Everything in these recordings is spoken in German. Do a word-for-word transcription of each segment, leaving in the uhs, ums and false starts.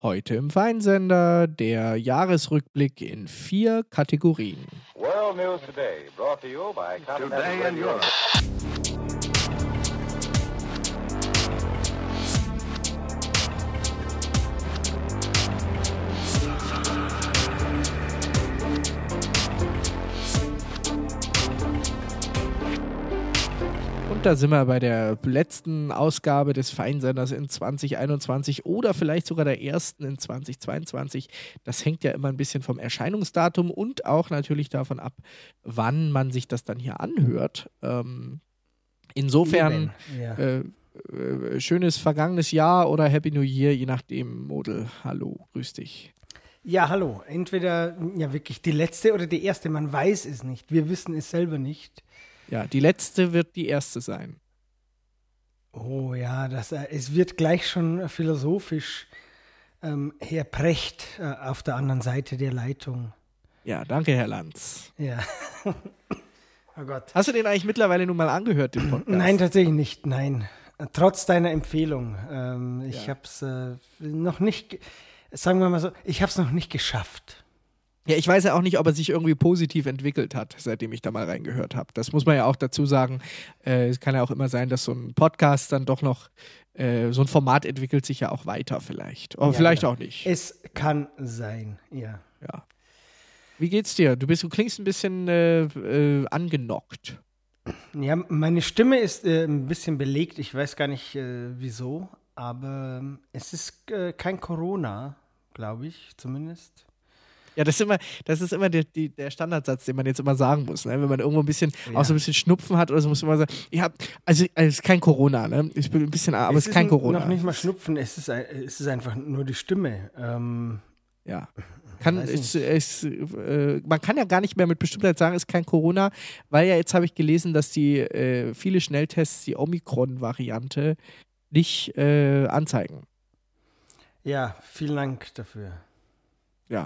Heute im Feinsender der Jahresrückblick in vier Kategorien. World News Today, brought to you by Today in Europe. Und da sind wir bei der letzten Ausgabe des Feinsenders in zwanzig einundzwanzig oder vielleicht sogar der ersten in zwanzig zweiundzwanzig. Das hängt ja immer ein bisschen vom Erscheinungsdatum und auch natürlich davon ab, wann man sich das dann hier anhört. Ähm, insofern Ja. äh, äh, schönes vergangenes Jahr oder Happy New Year, je nachdem. Model, hallo, grüß dich. ja, hallo. Entweder ja wirklich die letzte oder die erste. Man weiß es nicht. Wir wissen es selber nicht. Ja, die letzte wird die erste sein. Oh ja, das, äh, es wird gleich schon philosophisch. Ähm, Herr Precht äh, auf der anderen Seite der Leitung. Ja, danke, Herr Lanz. Ja. Oh Gott. Hast du den eigentlich mittlerweile nun mal angehört, den Podcast? Nein, tatsächlich nicht. Nein. Trotz deiner Empfehlung. Ähm, ich Ja. habe es äh, noch nicht, ge- sagen wir mal so, ich habe es noch nicht geschafft. Ja, ich weiß ja auch nicht, ob er sich irgendwie positiv entwickelt hat, seitdem ich da mal reingehört habe. Das muss man ja auch dazu sagen. Äh, es kann ja auch immer sein, dass so ein Podcast dann doch noch, äh, so ein Format entwickelt sich ja auch weiter vielleicht. Aber Ja, vielleicht ja. auch nicht. Es kann sein, ja. Ja. Wie geht's dir? Du bist, du klingst ein bisschen äh, äh, angenockt. Ja, meine Stimme ist äh, ein bisschen belegt. Ich weiß gar nicht, äh, wieso. Aber ähm, es ist äh, kein Corona, glaube ich, zumindest. Ja, das ist immer, das ist immer der, die, der Standardsatz, den man jetzt immer sagen muss. Ne? Wenn man irgendwo ein bisschen, Ja. auch so ein bisschen Schnupfen hat oder so, muss man immer sagen, ja, also es ist kein Corona, ne? Ich bin ein bisschen, aber es ist kein n- Corona. noch nicht mal Schnupfen, es ist, ein, es ist einfach nur die Stimme. Ähm, Ja. Kann, Weiß es, es, äh, man kann ja gar nicht mehr mit Bestimmtheit sagen, es ist kein Corona, weil ja jetzt habe ich gelesen, dass die äh, viele Schnelltests die Omikron-Variante nicht äh, anzeigen. ja, vielen Dank dafür. Ja.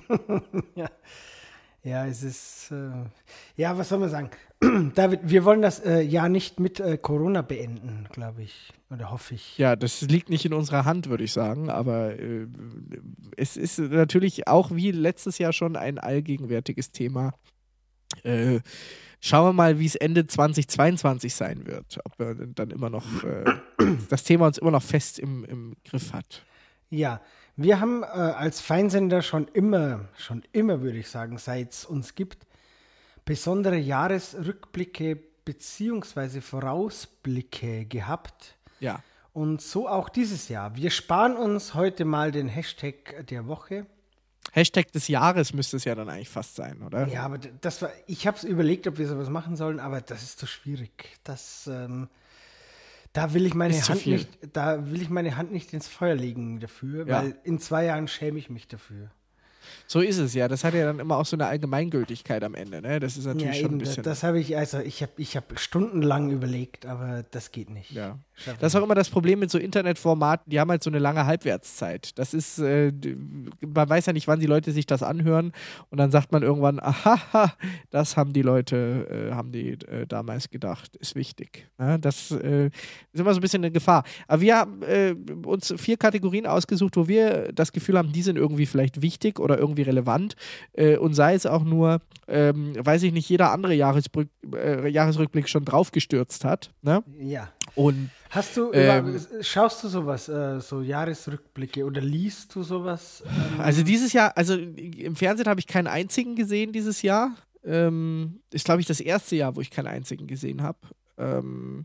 ja. ja, es ist, äh, ja, was soll man sagen? David, wir wollen das äh, Jahr nicht mit äh, Corona beenden, glaube ich, oder hoffe ich. Ja, das liegt nicht in unserer Hand, würde ich sagen, aber äh, es ist natürlich auch wie letztes Jahr schon ein allgegenwärtiges Thema. Äh, schauen wir mal, wie es Ende zwanzig zweiundzwanzig sein wird, ob wir dann immer noch äh, das Thema uns immer noch fest im, im Griff hat. Ja, wir haben äh, als Feinsender schon immer, schon immer würde ich sagen, seit es uns gibt, besondere Jahresrückblicke beziehungsweise Vorausblicke gehabt. Ja. Und so auch dieses Jahr. Wir sparen uns heute mal den Hashtag der Woche. Hashtag des Jahres müsste es ja dann eigentlich fast sein, oder? Ja, aber d- das war, ich habe es überlegt, ob wir sowas machen sollen, aber das ist zu schwierig. Das, ähm, da will ich meine Ist zu Hand viel. nicht, da will ich meine Hand nicht ins Feuer legen dafür, Ja. weil in zwei Jahren schäme ich mich dafür. So ist es ja. Das hat ja dann immer auch so eine Allgemeingültigkeit am Ende, ne? Das ist Ja, natürlich schon eben, ein das, bisschen. das habe ich, also ich habe ich hab stundenlang überlegt, aber das geht nicht. Ja. Schaff ich Das ist auch nicht. immer das Problem mit so Internetformaten, die haben halt so eine lange Halbwertszeit. Das ist, äh, d- man weiß ja nicht, wann die Leute sich das anhören und dann sagt man irgendwann, aha, das haben die Leute, äh, haben die äh, damals gedacht, ist wichtig. Ja, das äh, ist immer so ein bisschen eine Gefahr. Aber wir haben äh, uns vier Kategorien ausgesucht, wo wir das Gefühl haben, die sind irgendwie vielleicht wichtig oder irgendwie relevant äh, und sei es auch nur, ähm, weiß ich nicht, jeder andere Jahresbrück, äh, Jahresrückblick schon draufgestürzt hat. Ne? Ja. Und Hast du, Ähm, über, schaust du sowas, äh, so Jahresrückblicke oder liest du sowas? Ähm, Also dieses Jahr, also im Fernsehen habe ich keinen einzigen gesehen dieses Jahr. Ähm, ist, glaube ich, das erste Jahr, wo ich keinen einzigen gesehen habe. Ähm,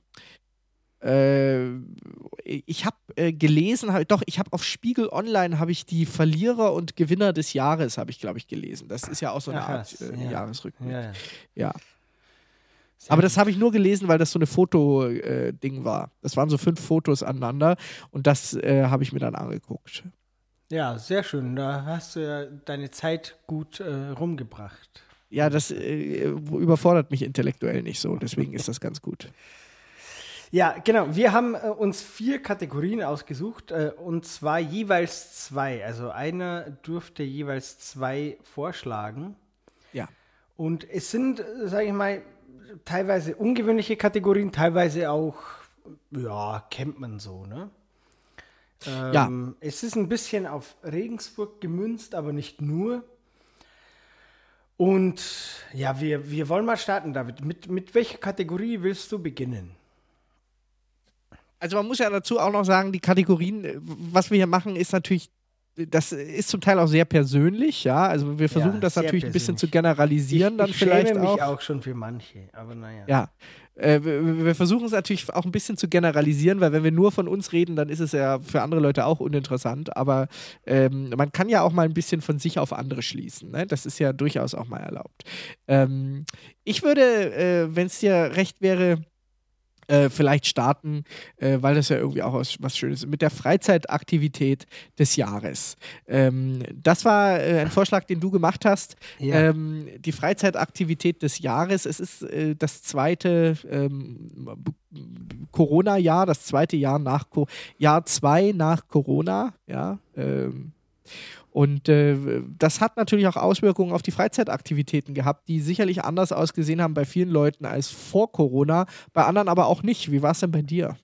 äh, ich habe äh, gelesen, hab, doch, ich habe auf Spiegel Online habe ich die Verlierer und Gewinner des Jahres, habe ich, glaube ich, gelesen. Das ist ja auch so eine Aha, Art äh, ja. Jahresrückblick. ja, ja. Ja. Sehr Aber das gut. habe ich nur gelesen, weil das so eine Foto-Ding war. Das waren so fünf Fotos aneinander und das äh, habe ich mir dann angeguckt. Ja, sehr schön. Da hast du ja deine Zeit gut äh, rumgebracht. Ja, das äh, überfordert mich intellektuell nicht so, deswegen ist das ganz gut. Ja, genau. Wir haben äh, uns vier Kategorien ausgesucht äh, und zwar jeweils zwei. Also einer durfte jeweils zwei vorschlagen. Ja. Und es sind, sage ich mal, teilweise ungewöhnliche Kategorien, teilweise auch, ja, kennt man so, ne? Ähm, Ja. Es ist ein bisschen auf Regensburg gemünzt, aber nicht nur. Und ja, wir, wir wollen mal starten, David. Mit, mit welcher Kategorie willst du beginnen? Also man muss ja dazu auch noch sagen, die Kategorien, äh, was wir hier machen, ist natürlich, das ist zum Teil auch sehr persönlich, ja. Also wir versuchen Ja, das sehr natürlich ein bisschen persönlich. zu generalisieren, ich, dann ich vielleicht schäme mich auch. auch schon für manche, aber naja. Ja, äh, wir, wir versuchen es natürlich auch ein bisschen zu generalisieren, weil wenn wir nur von uns reden, dann ist es ja für andere Leute auch uninteressant. Aber ähm, man kann ja auch mal ein bisschen von sich auf andere schließen. Ne? Das ist ja durchaus auch mal erlaubt. Ähm, ich würde, äh, wenn es dir recht wäre, Äh, vielleicht starten, äh, weil das ja irgendwie auch was, was Schönes ist, mit der Freizeitaktivität des Jahres. Ähm, das war äh, ein Vorschlag, den du gemacht hast. Ja. Ähm, die Freizeitaktivität des Jahres. Es ist äh, das zweite ähm, B- Corona-Jahr, das zweite Jahr nach Co- Jahr zwei nach Corona, ja. Ähm, Und äh, das hat natürlich auch Auswirkungen auf die Freizeitaktivitäten gehabt, die sicherlich anders ausgesehen haben bei vielen Leuten als vor Corona, bei anderen aber auch nicht. Wie war es denn bei dir?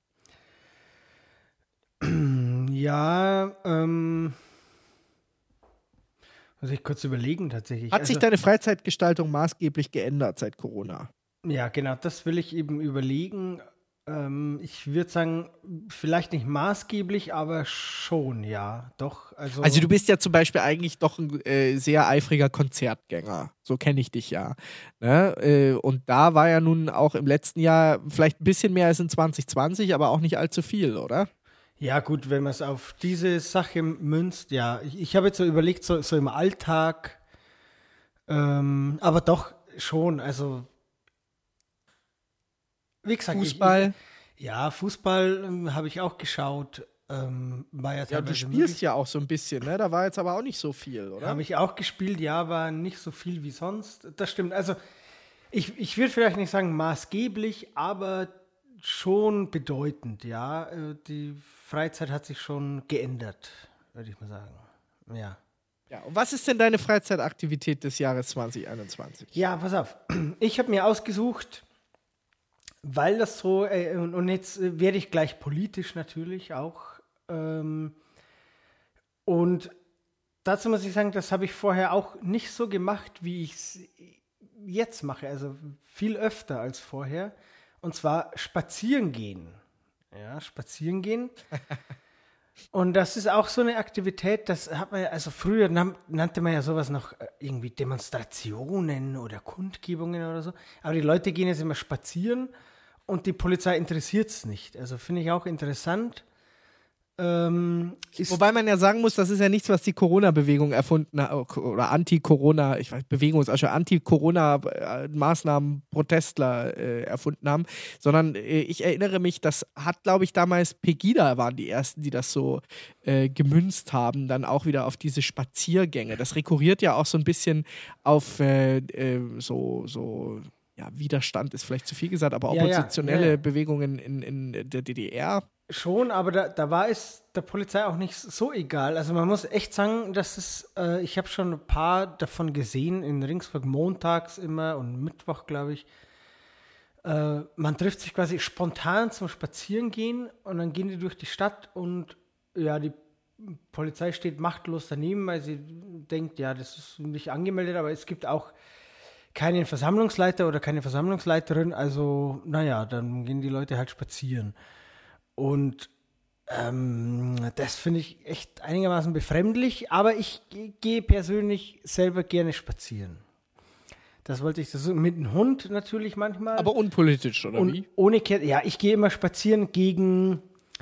Ja, ähm. Muss ich kurz überlegen tatsächlich. Hat sich Also, deine Freizeitgestaltung maßgeblich geändert seit Corona? ja, genau, das will ich eben überlegen. Ähm, ich würde sagen, vielleicht nicht maßgeblich, aber schon, ja, doch. Also, Also du bist ja zum Beispiel eigentlich doch ein äh, sehr eifriger Konzertgänger. So kenne ich dich ja. Ne? Äh, und da war ja nun auch im letzten Jahr vielleicht ein bisschen mehr als in zwanzig zwanzig, aber auch nicht allzu viel, oder? ja, gut, wenn man es auf diese Sache münzt, ja. Ich, ich habe jetzt so überlegt, so, so im Alltag, ähm, aber doch schon, also wie gesagt, Fußball. Ich, ich, ja, Fußball ähm, habe ich auch geschaut. Ähm, war ja Ja, du teilweise spielst möglich. ja auch so ein bisschen, ne? Da war jetzt aber auch nicht so viel, oder? Habe ich auch gespielt, ja, aber nicht so viel wie sonst. Das stimmt. Also ich, ich würde vielleicht nicht sagen maßgeblich, aber schon bedeutend, ja. Äh, Die Freizeit hat sich schon geändert, würde ich mal sagen. Ja. Ja, und was ist denn deine Freizeitaktivität des Jahres zwanzig einundzwanzig? Ja, pass auf. Ich habe mir ausgesucht, weil das so, äh, und, und jetzt äh, werde ich gleich politisch natürlich auch. Ähm, und dazu muss ich sagen, das habe ich vorher auch nicht so gemacht, wie ich es jetzt mache. Also viel öfter als vorher. Und zwar spazieren gehen. Ja, spazieren gehen. Und das ist auch so eine Aktivität, das hat man ja, also früher nan- nannte man ja sowas noch äh, irgendwie Demonstrationen oder Kundgebungen oder so. Aber die Leute gehen jetzt immer spazieren und die Polizei interessiert es nicht. Also finde ich auch interessant. Ähm, ist Wobei man ja sagen muss, das ist ja nichts, was die Corona-Bewegung erfunden hat, oder Anti-Corona, ich weiß, Bewegung ist auch schon Anti-Corona-Maßnahmen, Protestler äh, erfunden haben, sondern äh, ich erinnere mich, das hat, glaube ich, damals Pegida waren die ersten, die das so äh, gemünzt haben, dann auch wieder auf diese Spaziergänge. Das rekurriert ja auch so ein bisschen auf äh, äh, so, so ja, Widerstand ist vielleicht zu viel gesagt, aber Ja, ja, oppositionelle ja, ja. Bewegungen in, in der D D R. Schon, aber da, da war es der Polizei auch nicht so egal. Also man muss echt sagen, dass es, äh, ich habe schon ein paar davon gesehen in Ringsburg montags immer und Mittwoch, glaube ich. Äh, man trifft sich quasi spontan zum Spazierengehen und dann gehen die durch die Stadt und ja, die Polizei steht machtlos daneben, weil sie denkt, ja, das ist nicht angemeldet, aber es gibt auch keinen Versammlungsleiter oder keine Versammlungsleiterin, also naja, dann gehen die Leute halt spazieren. Und ähm, das finde ich echt einigermaßen befremdlich, aber ich ge- gehe persönlich selber gerne spazieren. Das wollte ich das so, mit dem Hund natürlich manchmal. Aber unpolitisch, oder und wie? ohne Kette, ja, ich gehe immer spazieren gegen,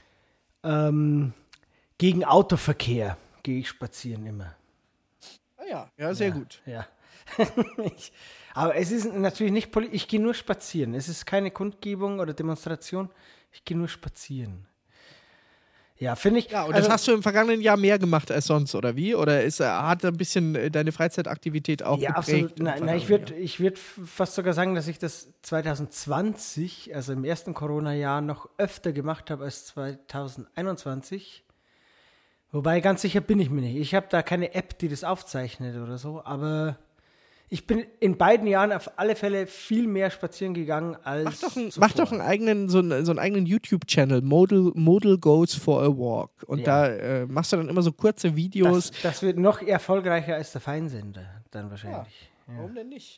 ähm, gegen Autoverkehr, gehe ich spazieren immer. Ah ja, ja, sehr ja, gut. Ja. ich, aber es ist natürlich nicht politisch, ich gehe nur spazieren. Es ist keine Kundgebung oder Demonstration, ich gehe nur spazieren. Ja, finde ich. Ja, und also, das hast du im vergangenen Jahr mehr gemacht als sonst, oder wie? Oder ist, äh, hat ein bisschen äh, deine Freizeitaktivität auch ja, geprägt? absolut. im Nein, nein, ich vergangenen würde ich würd fast sogar sagen, dass ich das zwanzig zwanzig, also im ersten Corona-Jahr, noch öfter gemacht habe als zwanzig einundzwanzig. Wobei, ganz sicher bin ich mir nicht. Ich habe da keine App, die das aufzeichnet oder so, aber Ich bin in beiden Jahren auf alle Fälle viel mehr spazieren gegangen als Mach doch, ein, zuvor. mach doch einen eigenen, so einen, so einen eigenen YouTube-Channel, Modal, Modal Goes for a Walk. Und Ja. da äh, machst du dann immer so kurze Videos. Das, das wird noch erfolgreicher als der Feinsender, dann wahrscheinlich. Ja, Warum denn nicht?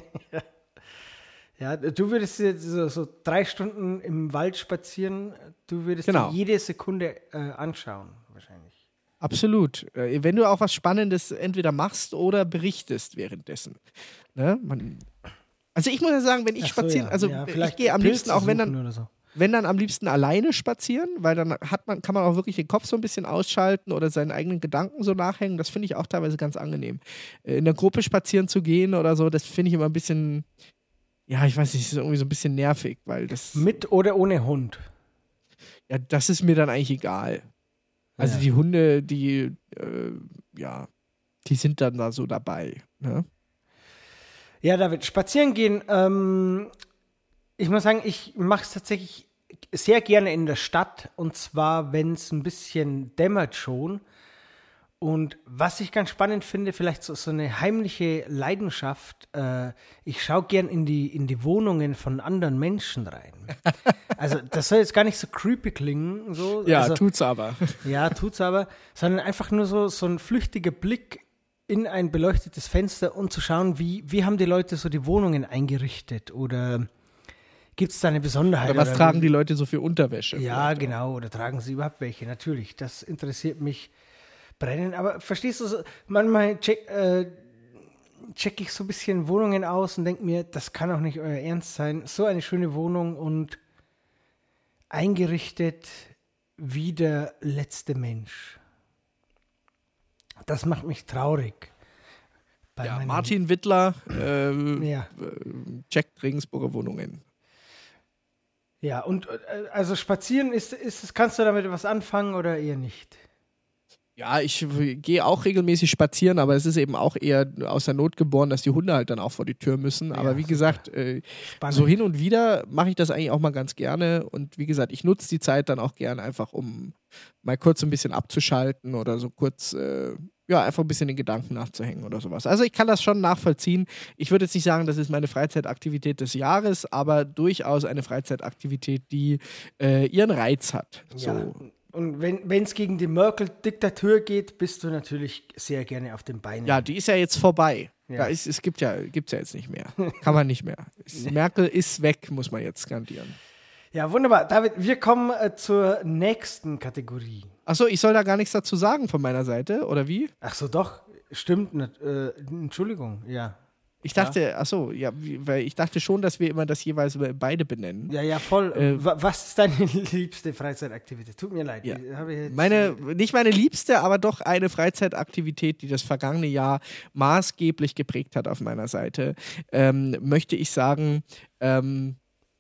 ja du würdest jetzt so, so drei Stunden im Wald spazieren, du würdest Genau. dir jede Sekunde äh, anschauen, wahrscheinlich. Absolut. Äh, wenn du auch was Spannendes entweder machst oder berichtest währenddessen. Ne? Man, also ich muss ja sagen, wenn ich Ach so, spazieren, ja. also Ja, ich vielleicht gehe am liebsten Pilze auch, wenn suchen dann, oder so. wenn dann am liebsten alleine spazieren, weil dann hat man, kann man auch wirklich den Kopf so ein bisschen ausschalten oder seinen eigenen Gedanken so nachhängen. Das finde ich auch teilweise ganz angenehm. Äh, In der Gruppe spazieren zu gehen oder so, das finde ich immer ein bisschen, ja, ich weiß nicht, das ist irgendwie so ein bisschen nervig, weil das, Mit oder ohne Hund? ja, das ist mir dann eigentlich egal. Also Ja. die Hunde, die, äh, ja, die sind dann da so dabei. Ne? Ja, David, spazieren gehen, ähm, ich muss sagen, ich mache es tatsächlich sehr gerne in der Stadt und zwar, wenn es ein bisschen dämmert schon. Und was ich ganz spannend finde, vielleicht so, so eine heimliche Leidenschaft, äh, ich schaue gern in die, in die Wohnungen von anderen Menschen rein. Also das soll jetzt gar nicht so creepy klingen. So. Ja, also, tut's aber. Ja, tut's aber, sondern einfach nur so, so ein flüchtiger Blick in ein beleuchtetes Fenster, um zu schauen, wie, wie haben die Leute so die Wohnungen eingerichtet oder gibt es da eine Besonderheit? Oder was oder tragen die Leute so für Unterwäsche? Ja, vielleicht? genau, oder tragen sie überhaupt welche? Natürlich, das interessiert mich brennend, aber verstehst du, so, manchmal check, äh, check ich so ein bisschen Wohnungen aus und denke mir, das kann auch nicht euer Ernst sein, so eine schöne Wohnung und eingerichtet wie der letzte Mensch. Das macht mich traurig. Bei Ja, meinen- Martin Wittler, äh, Ja. checkt Regensburger Wohnungen. Ja, und äh, also spazieren, ist, ist, kannst du damit was anfangen oder eher nicht? Ja, ich w- gehe auch regelmäßig spazieren, aber es ist eben auch eher aus der Not geboren, dass die Hunde halt dann auch vor die Tür müssen. Aber Ja, wie super. gesagt, äh, Spannend. so hin und wieder mache ich das eigentlich auch mal ganz gerne. Und wie gesagt, ich nutze die Zeit dann auch gern einfach, um mal kurz ein bisschen abzuschalten oder so kurz, äh, ja, einfach ein bisschen den Gedanken nachzuhängen oder sowas. Also ich kann das schon nachvollziehen. Ich würde jetzt nicht sagen, das ist meine Freizeitaktivität des Jahres, aber durchaus eine Freizeitaktivität, die äh, ihren Reiz hat. Ja. So. Und wenn es gegen die Merkel-Diktatur geht, bist du natürlich sehr gerne auf den Beinen. Ja, die ist ja jetzt vorbei. Ja. Da ist, es gibt ja, gibt's ja jetzt nicht mehr. Kann man nicht mehr. Es, Merkel ist weg, muss man jetzt skandieren. Ja, wunderbar. David, wir kommen äh, zur nächsten Kategorie. Achso, ich soll da gar nichts dazu sagen von meiner Seite, oder wie? Ach so, doch. Stimmt. Nicht, äh, Entschuldigung, ja. Ich dachte, achso, ja, wie, weil ich dachte schon, dass wir immer das jeweils beide benennen. Ja, ja, voll. Äh, Wa- Was ist deine liebste Freizeitaktivität? Tut mir leid. Ja. die Habe ich jetzt- Meine, nicht meine liebste, aber doch eine Freizeitaktivität, die das vergangene Jahr maßgeblich geprägt hat auf meiner Seite, ähm, möchte ich sagen, ähm,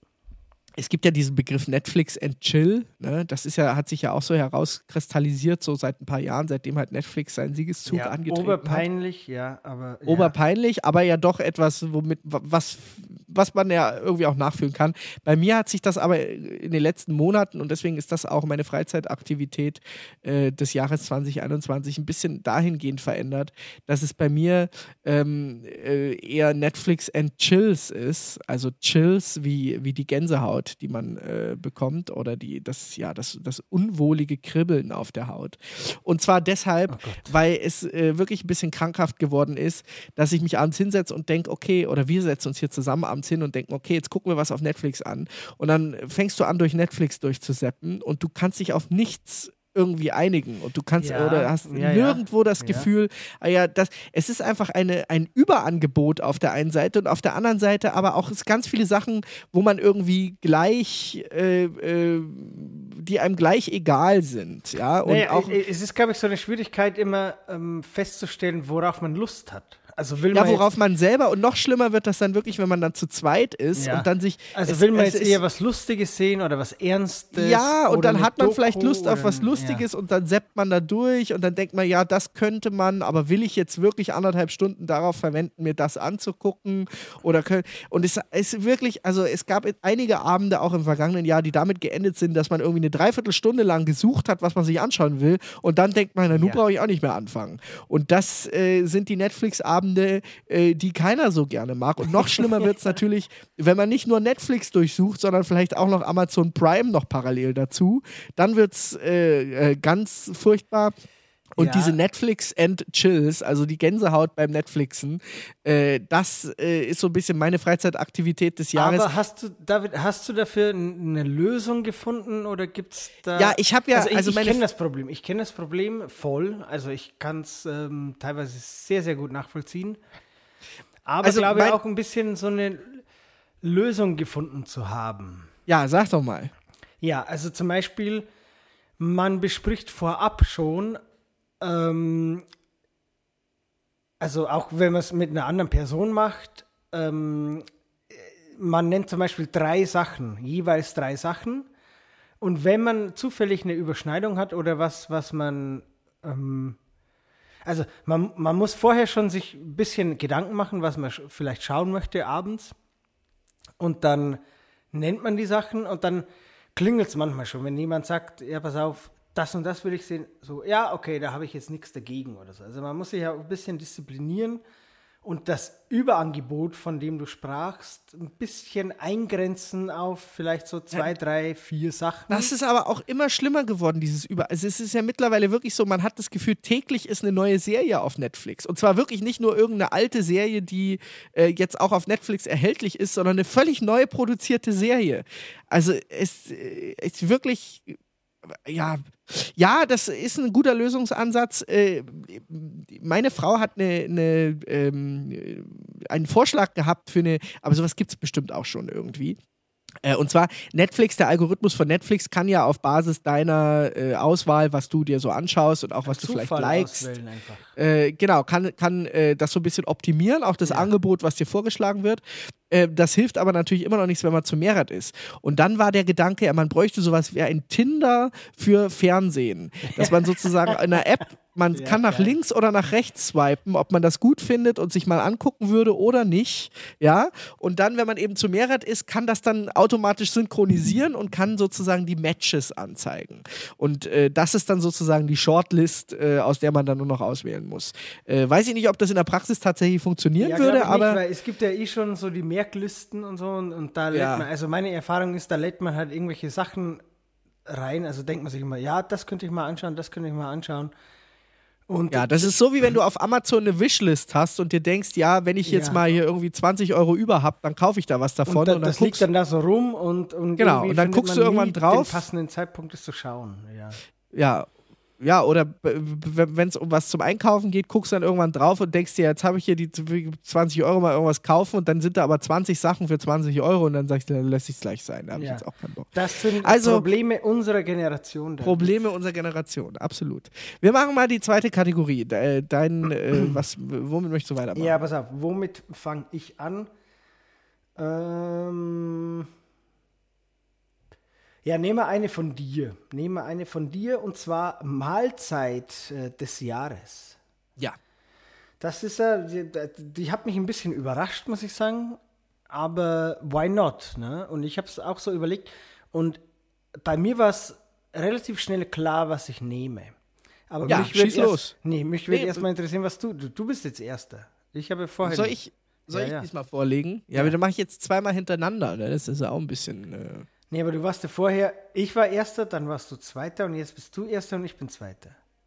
es gibt ja diesen Begriff Netflix and Chill, ne? Das ist ja, hat sich ja auch so herauskristallisiert, so seit ein paar Jahren, seitdem halt Netflix seinen Siegeszug ja, angetreten hat. oberpeinlich, ja, aber. ja. Oberpeinlich, aber ja doch etwas, womit, was, was man ja irgendwie auch nachfühlen kann. Bei mir hat sich das aber in den letzten Monaten, und deswegen ist das auch meine Freizeitaktivität äh, des Jahres zwanzig einundzwanzig, ein bisschen dahingehend verändert, dass es bei mir ähm, äh, eher Netflix and Chills ist, also Chills wie, wie die Gänsehaut, die man äh, bekommt, oder die, das, ja, das, das unwohlige Kribbeln auf der Haut. Und zwar deshalb, Oh Gott. weil es äh, wirklich ein bisschen krankhaft geworden ist, dass ich mich abends hinsetze und denke, okay, oder wir setzen uns hier zusammen abends hin und denken, okay, jetzt gucken wir was auf Netflix an. Und dann fängst du an, durch Netflix durchzuseppen und du kannst dich auf nichts irgendwie einigen und du kannst Ja, oder hast ja, ja. nirgendwo das Ja. Gefühl, ah ja, das, es ist einfach eine, ein Überangebot auf der einen Seite und auf der anderen Seite aber auch es ganz viele Sachen, wo man irgendwie gleich, äh, äh, die einem gleich egal sind, ja, und Naja, auch äh, es ist, glaube ich, so eine Schwierigkeit, immer ähm, festzustellen, worauf man Lust hat. Also will ja, man worauf jetzt, man selber, und noch schlimmer wird das dann wirklich, wenn man dann zu zweit ist Ja. und dann sich. also es- will man es jetzt ist- eher was Lustiges sehen oder was Ernstes? Ja, und oder dann eine hat man Doku vielleicht Lust auf oder was ein- Lustiges und dann seppt man da durch und dann denkt man, ja, das könnte man, aber will ich jetzt wirklich anderthalb Stunden darauf verwenden, mir das anzugucken? Oder können, und es ist wirklich, also es gab einige Abende auch im vergangenen Jahr, die damit geendet sind, dass man irgendwie eine Dreiviertelstunde lang gesucht hat, was man sich anschauen will und dann denkt man, na, nun Ja. brauche ich auch nicht mehr anfangen. Und das äh, sind die Netflix-Abende, Abende, äh, die keiner so gerne mag. Und noch schlimmer wird es natürlich, wenn man nicht nur Netflix durchsucht, sondern vielleicht auch noch Amazon Prime noch parallel dazu. Dann wird es äh, äh, ganz furchtbar. Und Ja. diese Netflix and Chills, also die Gänsehaut beim Netflixen, äh, das äh, ist so ein bisschen meine Freizeitaktivität des Jahres. Aber hast du, David, hast du dafür n- eine Lösung gefunden oder gibt's da... Ja, ich habe ja, also ich, also ich meine kenne das Problem. Ich kenne das Problem voll. Also ich kann es ähm, teilweise sehr, sehr gut nachvollziehen. Aber Also ich glaube mein- auch ein bisschen so eine Lösung gefunden zu haben. Ja, sag doch mal. Ja, also zum Beispiel, man bespricht vorab schon, ähm, also auch wenn man es mit einer anderen Person macht, ähm, man nennt zum Beispiel drei Sachen, jeweils drei Sachen. Und wenn man zufällig eine Überschneidung hat oder was, was man, ähm, also man, man muss vorher schon sich ein bisschen Gedanken machen, was man sch- vielleicht schauen möchte abends. Und dann nennt man die Sachen und dann klingelt es manchmal schon, wenn jemand sagt, ja, pass auf, das und das will ich sehen. So, ja, okay, da habe ich jetzt nichts dagegen oder so. Also man muss sich ja ein bisschen disziplinieren und das Überangebot, von dem du sprachst, ein bisschen eingrenzen auf vielleicht so zwei, drei, vier Sachen. Das ist aber auch immer schlimmer geworden, dieses Über. Also es ist ja mittlerweile wirklich so, man hat das Gefühl, täglich ist eine neue Serie auf Netflix. Und zwar wirklich nicht nur irgendeine alte Serie, die äh, jetzt auch auf Netflix erhältlich ist, sondern eine völlig neu produzierte Serie. Also es äh, ist wirklich, ja, ja, das ist ein guter Lösungsansatz. Äh, meine Frau hat eine, eine, ähm, einen Vorschlag gehabt für eine, aber sowas gibt es bestimmt auch schon irgendwie. Äh, und zwar Netflix, der Algorithmus von Netflix kann ja auf Basis deiner äh, Auswahl, was du dir so anschaust und auch was du vielleicht Zufall likest, auswählen einfach. äh, genau, kann, kann äh, das so ein bisschen optimieren, auch das Ja. Angebot, was dir vorgeschlagen wird. Äh, das hilft aber natürlich immer noch nichts, wenn man zu Mehrrad ist. Und dann war der Gedanke, ja, man bräuchte sowas wie ein Tinder für Fernsehen. Dass man sozusagen in einer App, man Ja, kann nach geil. links oder nach rechts swipen, ob man das gut findet und sich mal angucken würde oder nicht. Ja, und dann, wenn man eben zu Mehrrad ist, kann das dann automatisch synchronisieren und kann sozusagen die Matches anzeigen. Und äh, das ist dann sozusagen die Shortlist, äh, aus der man dann nur noch auswählen muss. Äh, weiß ich nicht, ob das in der Praxis tatsächlich funktionieren Ja, würde, glaub ich aber nicht, weil es gibt ja eh schon so die Merklisten und so und, und da lädt Ja. man, also meine Erfahrung ist, da lädt man halt irgendwelche Sachen rein, also denkt man sich immer, ja, das könnte ich mal anschauen, das könnte ich mal anschauen. Und ja, das ist so, wie wenn du auf Amazon eine Wishlist hast und dir denkst, ja, wenn ich jetzt Ja. mal hier irgendwie zwanzig Euro über hab, dann kaufe ich da was davon. und da, und dann das liegt guckst, dann da so rum und, und Genau, irgendwie und dann findet guckst man du irgendwann nie drauf. den passenden Zeitpunkt, es zu schauen. Ja. ja, ja, oder wenn es um was zum Einkaufen geht, guckst du dann irgendwann drauf und denkst dir, jetzt habe ich hier die zwanzig Euro mal irgendwas kaufen und dann sind da aber zwanzig Sachen für zwanzig Euro und dann sagst du, dann lässt sich gleich sein. Da habe ich Ja. jetzt auch keinen Bock. Das sind Also- Probleme unserer Generation. David. Probleme unserer Generation, absolut. Wir machen mal die zweite Kategorie. De- Dein, äh, was, womit möchtest du weitermachen? Ja, pass auf, womit fange ich an? Ähm, ja, nehme eine von dir. Nehme eine von dir und zwar Mahlzeit äh, des Jahres. Ja. Das ist ja, die, die hat mich ein bisschen überrascht, muss ich sagen. Aber why not? Ne? Und ich habe es auch so überlegt. Und bei mir war es relativ schnell klar, was ich nehme. Aber Ja, mich würde schieß erst, los. Nee, mich würde Nee, erst mal interessieren, was du, du. Du bist jetzt Erster. Ich habe vorher. Soll nicht. ich, soll Ja, ich ja. diesmal vorlegen? Ja, Ja. aber dann mache ich jetzt zweimal hintereinander. Ne? Das ist ja auch ein bisschen. Äh Nee, aber du warst ja vorher, ich war Erster, dann warst du Zweiter und jetzt bist du Erster und ich bin Zweiter.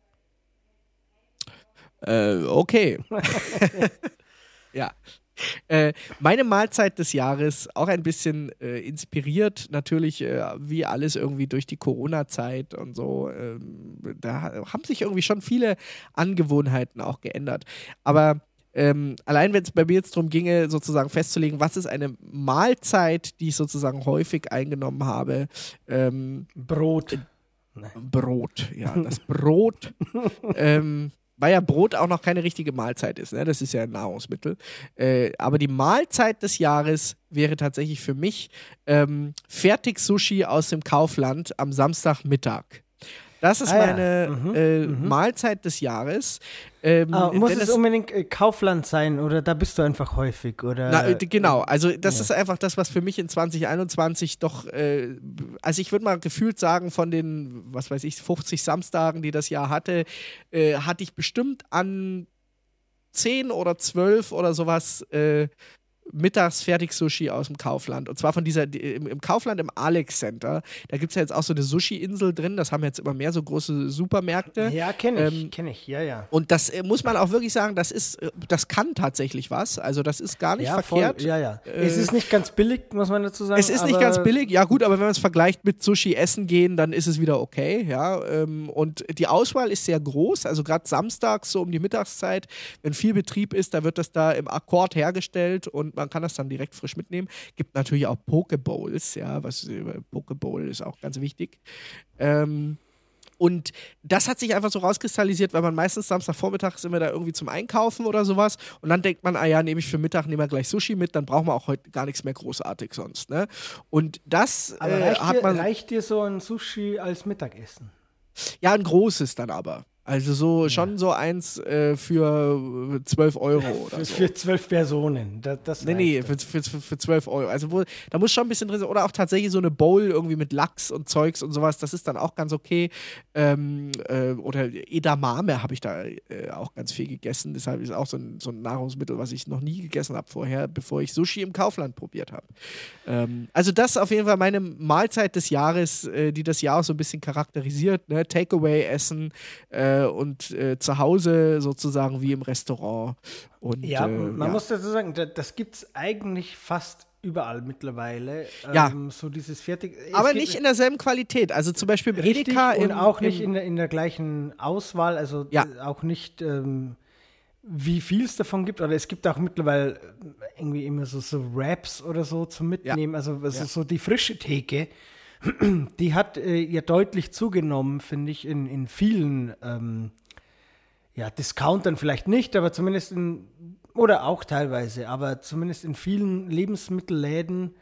Äh, okay. ja. Äh, meine Mahlzeit des Jahres, auch ein bisschen äh, inspiriert, natürlich äh, wie alles irgendwie durch die Corona-Zeit und so. Ähm, da haben sich irgendwie schon viele Angewohnheiten auch geändert. Aber ähm, allein wenn es bei mir jetzt darum ginge, sozusagen festzulegen, was ist eine Mahlzeit, die ich sozusagen häufig eingenommen habe, ähm, Brot. Brot, ja, das Brot, ähm, weil ja Brot auch noch keine richtige Mahlzeit ist, ne? Das ist ja ein Nahrungsmittel. Äh, aber die Mahlzeit des Jahres wäre tatsächlich für mich ähm, Fertig-Sushi aus dem Kaufland am Samstagmittag. Das ist Ah ja. meine Mhm, äh, mhm. Mahlzeit des Jahres. Ähm, Ah, muss denn es das- unbedingt äh, Kaufland sein oder da bist du einfach häufig? Oder, Na, äh, genau, also das ja. ist einfach das, was für mich in zwanzig einundzwanzig doch, äh, also ich würde mal gefühlt sagen, von den, was weiß ich, fünfzig Samstagen, die das Jahr hatte, äh, hatte ich bestimmt an zehn oder zwölf oder sowas äh, mittags Fertig-Sushi aus dem Kaufland. Und zwar von dieser, die, im, im Kaufland im Alex Center. Da gibt es ja jetzt auch so eine Sushi-Insel drin. Das haben jetzt immer mehr so große Supermärkte. Ja, kenne ich, ähm, kenne ich, ja, ja. Und das äh, muss man auch wirklich sagen, das ist, äh, das kann tatsächlich was. Also das ist gar nicht ja, verkehrt. Voll, ja, ja. Äh, es ist nicht ganz billig, muss man dazu sagen. Es ist nicht ganz billig, ja gut, aber wenn man es vergleicht mit Sushi essen gehen, dann ist es wieder okay, ja. Ähm, und die Auswahl ist sehr groß, also gerade samstags, so um die Mittagszeit, wenn viel Betrieb ist, da wird das da im Akkord hergestellt und man kann das dann direkt frisch mitnehmen. Gibt natürlich auch Pokebowls, ja, was Pokebowl ist auch ganz wichtig. Ähm, Und das hat sich einfach so rauskristallisiert, weil man meistens Samstagvormittag sind wir da irgendwie zum Einkaufen oder sowas und dann denkt man, ah ja, nehme ich für Mittag, nehmen wir gleich Sushi mit, dann brauchen wir auch heute gar nichts mehr großartig sonst, ne? Und das Aber äh, reicht, hat dir, man... reicht dir so ein Sushi als Mittagessen? Ja, ein großes dann aber. Also so ja. schon so eins äh, für zwölf Euro oder für, so. Für zwölf Personen. Das, das nee, nee, für, für, für zwölf Euro. Also wo, da muss schon ein bisschen drin sein. Oder auch tatsächlich so eine Bowl irgendwie mit Lachs und Zeugs und sowas. Das ist dann auch ganz okay. Ähm, äh, oder Edamame habe ich da äh, auch ganz viel gegessen. Deshalb ist auch so ein, so ein Nahrungsmittel, was ich noch nie gegessen habe vorher, bevor ich Sushi im Kaufland probiert habe. Ähm, also das ist auf jeden Fall meine Mahlzeit des Jahres, äh, die das Jahr auch so ein bisschen charakterisiert. Ne? Takeaway-Essen, äh, und äh, zu Hause sozusagen wie im Restaurant. Und, ja, äh, man ja. muss dazu sagen, das, das gibt es eigentlich fast überall mittlerweile. Ja. Ähm, so dieses fertig. Aber nicht in derselben Qualität. Also zum Beispiel im richtig, Edeka. Und im, auch nicht im, in der, in der gleichen Auswahl. Also ja. auch nicht, ähm, wie viel es davon gibt. Oder es gibt auch mittlerweile irgendwie immer so, so Wraps oder so zum Mitnehmen. Ja. Also, also ja. so die frische Theke. Die hat äh, ja deutlich zugenommen, finde ich, in, in vielen ähm, ja, Discountern vielleicht nicht, aber zumindest in, oder auch teilweise, aber zumindest in vielen Lebensmittelläden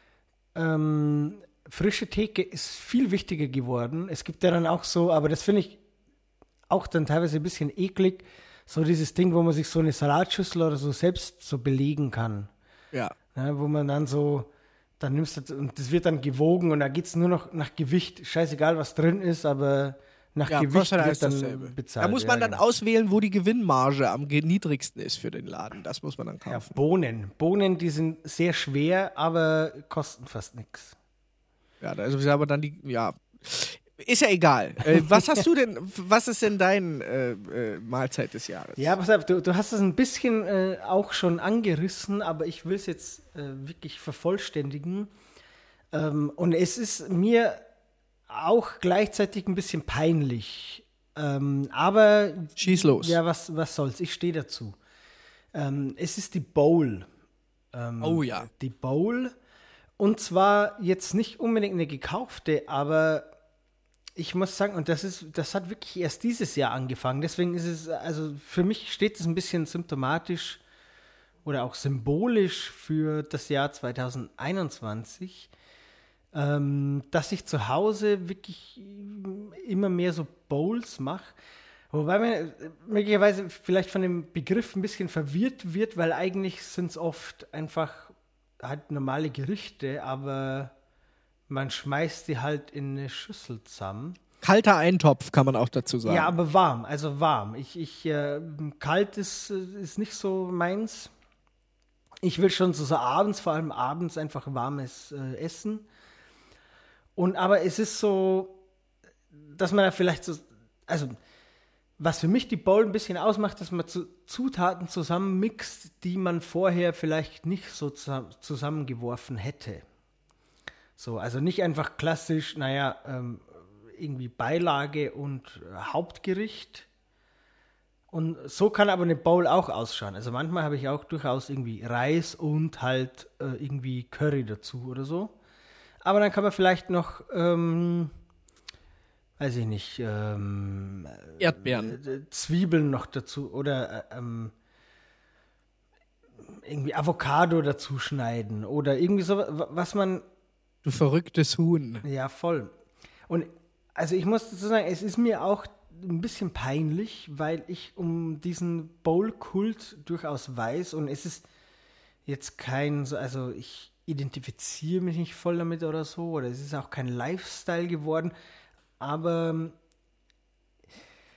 ähm, frische Theke ist viel wichtiger geworden. Es gibt ja dann auch so, aber das finde ich auch dann teilweise ein bisschen eklig, so dieses Ding, wo man sich so eine Salatschüssel oder so selbst so belegen kann. Ja. Ja, wo man dann so dann nimmst du, und das wird dann gewogen und da geht es nur noch nach Gewicht, scheißegal was drin ist, aber nach ja, Gewicht wird dann dasselbe. bezahlt. Da muss man ja, dann genau. auswählen, wo die Gewinnmarge am niedrigsten ist für den Laden. Das muss man dann kaufen. Ja, Bohnen. Bohnen, die sind sehr schwer, aber kosten fast nichts. Ja, da ist aber dann die, ja, ist ja egal. Äh, was hast du denn, was ist denn dein äh, äh, Mahlzeit des Jahres? Ja, pass auf, du, du hast es ein bisschen äh, auch schon angerissen, aber ich will es jetzt äh, wirklich vervollständigen. Ähm, und es ist mir auch gleichzeitig ein bisschen peinlich. Ähm, aber. Schieß los. Ja, was, was soll's? Ich stehe dazu. Ähm, es ist die Bowl. Ähm, oh ja. Die Bowl. Und zwar jetzt nicht unbedingt eine gekaufte, aber ich muss sagen, und das ist, das hat wirklich erst dieses Jahr angefangen. Deswegen ist es, also für mich steht es ein bisschen symptomatisch oder auch symbolisch für das Jahr zwanzig einundzwanzig. Ähm, dass ich zu Hause wirklich immer mehr so Bowls mache. Wobei man möglicherweise vielleicht von dem Begriff ein bisschen verwirrt wird, weil eigentlich sind es oft einfach halt normale Gerichte, aber man schmeißt die halt in eine Schüssel zusammen. Kalter Eintopf kann man auch dazu sagen. Ja, aber warm, also warm. Ich, ich, äh, kalt ist, ist nicht so meins. Ich will schon so, so abends, vor allem abends, einfach warmes äh, Essen. Und aber es ist so, dass man da vielleicht so, also was für mich die Bowl ein bisschen ausmacht, dass man zu, Zutaten zusammenmixt, die man vorher vielleicht nicht so zusammengeworfen hätte. So, also nicht einfach klassisch, naja, ähm, irgendwie Beilage und Hauptgericht. Und so kann aber eine Bowl auch ausschauen. Also manchmal habe ich auch durchaus irgendwie Reis und halt äh, irgendwie Curry dazu oder so. Aber dann kann man vielleicht noch, ähm, weiß ich nicht, ähm, Erdbeeren. Äh, Zwiebeln noch dazu oder äh, ähm, irgendwie Avocado dazu schneiden oder irgendwie so, was man... Du verrücktes Huhn. Ja, voll. Und also ich muss dazu sagen, es ist mir auch ein bisschen peinlich, weil ich um diesen Bowl-Kult durchaus weiß und es ist jetzt kein, so, also ich identifiziere mich nicht voll damit oder so, oder es ist auch kein Lifestyle geworden, aber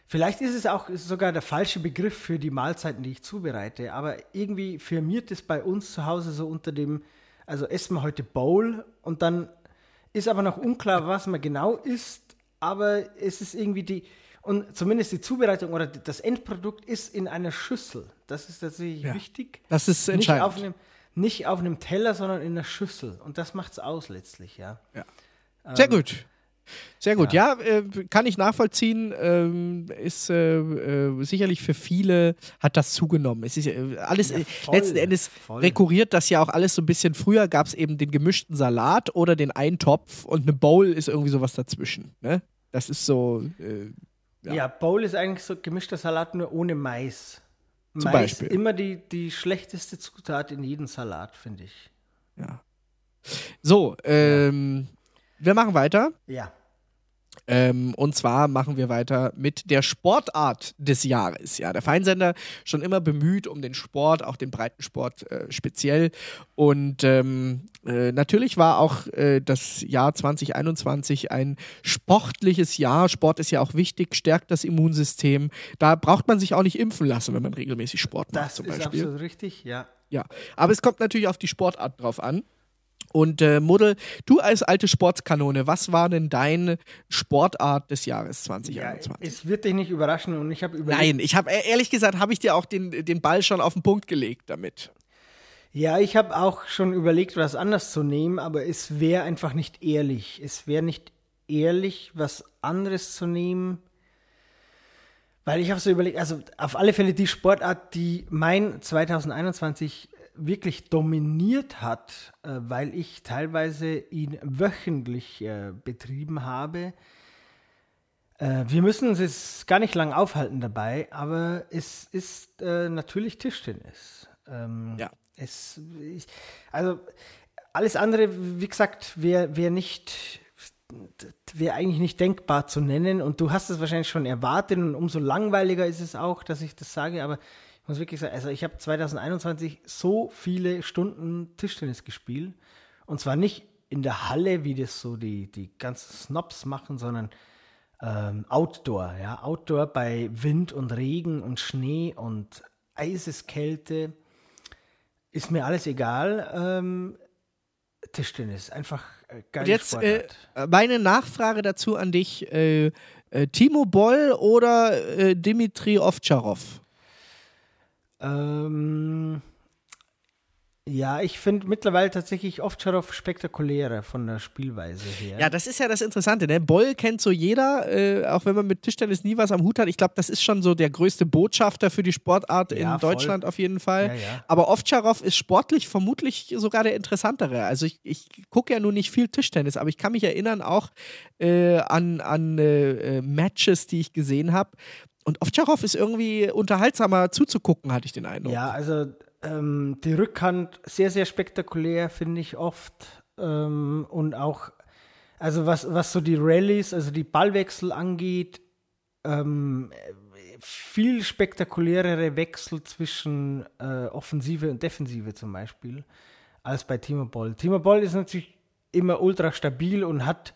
Vielleicht ist es auch sogar der falsche Begriff für die Mahlzeiten, die ich zubereite, aber irgendwie firmiert es bei uns zu Hause so unter dem, also essen wir heute Bowl und dann ist aber noch unklar, was man genau isst, aber es ist irgendwie die, und zumindest die Zubereitung oder das Endprodukt ist in einer Schüssel. Das ist tatsächlich Ja, wichtig. das ist Nicht entscheidend. auf einem, nicht auf einem Teller, sondern in einer Schüssel. Und das macht es aus letztlich, ja. Ja. Sehr Ähm, gut. Sehr gut. Ja, äh, kann ich nachvollziehen. Ähm, ist äh, äh, sicherlich für viele hat das zugenommen. Es ist äh, alles Ja, äh, voll, letzten Endes voll. rekurriert das ja auch alles so ein bisschen. Früher gab es eben den gemischten Salat oder den Eintopf und eine Bowl ist irgendwie sowas dazwischen. Ne? Das ist so. Äh, Ja. Ja. Bowl ist eigentlich so gemischter Salat nur ohne Mais. Zum Mais Beispiel. immer die, die schlechteste Zutat in jedem Salat, finde ich. ja. So, ähm, wir machen weiter. Ja. Ähm, und zwar machen wir weiter mit der Sportart des Jahres. Ja, der Feinsender schon immer bemüht um den Sport, auch den Breitensport äh, speziell. Und ähm, äh, natürlich war auch äh, das Jahr zwanzig einundzwanzig ein sportliches Jahr. Sport ist ja auch wichtig, stärkt das Immunsystem. Da braucht man sich auch nicht impfen lassen, wenn man regelmäßig Sport macht Das zum ist Beispiel. absolut richtig, ja. Ja, aber es kommt natürlich auf die Sportart drauf an. Und äh, Muddel, du als alte Sportskanone, was war denn deine Sportart des Jahres zwanzig ja. einundzwanzig? Es wird dich nicht überraschen und ich habe überlegt. Nein, ich habe ehrlich gesagt, habe ich dir auch den, den Ball schon auf den Punkt gelegt damit. Ja, ich habe auch schon überlegt, was anders zu nehmen, aber es wäre einfach nicht ehrlich. Es wäre nicht ehrlich, was anderes zu nehmen. Weil ich habe so überlegt, also auf alle Fälle die Sportart, die mein zwanzig einundzwanzig wirklich dominiert hat, äh, weil ich teilweise ihn wöchentlich äh, betrieben habe. Äh, wir müssen uns jetzt gar nicht lang aufhalten dabei, aber es ist äh, natürlich Tischtennis. Ähm, Ja. Es, ich, also alles andere, wie gesagt, wäre wär nicht, wäre eigentlich nicht denkbar zu nennen und du hast es wahrscheinlich schon erwartet und umso langweiliger ist es auch, dass ich das sage, aber ich muss wirklich sagen, also ich habe zwanzig einundzwanzig so viele Stunden Tischtennis gespielt und zwar nicht in der Halle, wie das so die, die ganzen Snobs machen, sondern ähm, Outdoor, ja, Outdoor bei Wind und Regen und Schnee und Eiseskälte, ist mir alles egal. Ähm, Tischtennis, einfach äh, geile Und jetzt äh, Sportart. meine Nachfrage dazu an dich, äh, äh, Timo Boll oder äh, Dimitri Ovtcharov? Ähm, ja, ich finde mittlerweile tatsächlich Ovtcharov spektakulärer von der Spielweise her. Ja, das ist ja das Interessante, ne? Boll kennt so jeder, äh, auch wenn man mit Tischtennis nie was am Hut hat. Ich glaube, das ist schon so der größte Botschafter für die Sportart Ja, in voll. Deutschland auf jeden Fall. Ja, ja. Aber Ovtcharov ist sportlich vermutlich sogar der interessantere. Also ich, ich gucke ja nur nicht viel Tischtennis, aber ich kann mich erinnern auch äh, an, an äh, Matches, die ich gesehen habe. Und Ovtcharov ist irgendwie unterhaltsamer zuzugucken, hatte ich den Eindruck. Ja, also ähm, die Rückhand sehr, sehr spektakulär, finde ich oft. Ähm, und auch, also was, was so die Rallyes, also die Ballwechsel angeht, ähm, viel spektakulärere Wechsel zwischen äh, Offensive und Defensive zum Beispiel, als bei Timo Boll. Timo Boll ist natürlich immer ultra stabil und hat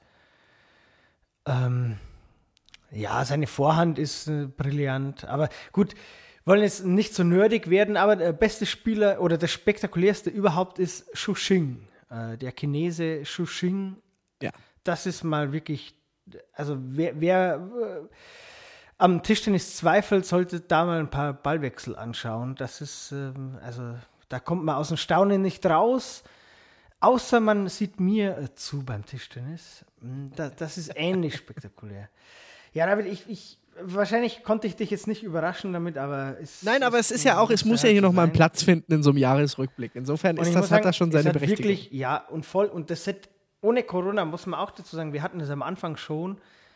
ähm, ja, seine Vorhand ist äh, brillant, aber gut, wollen jetzt nicht so nerdig werden, aber der beste Spieler oder der spektakulärste überhaupt ist Xu Xing, äh, der Chinese Xu Xing. Ja. Das ist mal wirklich, also wer, wer äh, am Tischtennis zweifelt, sollte da mal ein paar Ballwechsel anschauen. Das ist, ähm, also da kommt man aus dem Staunen nicht raus, außer man sieht mir äh, zu beim Tischtennis. Da, das ist ähnlich spektakulär. Ja, David, ich, ich, wahrscheinlich konnte ich dich jetzt nicht überraschen damit, aber es Nein, aber es ist ja auch, es muss ja hier nochmal einen Platz finden in so einem Jahresrückblick. Insofern Und ist ich das, muss hat sagen, das schon es seine hat Berechtigung. Wirklich, ja, und voll, und das hat, ohne Corona muss man auch dazu sagen, wir hatten das am Anfang schon,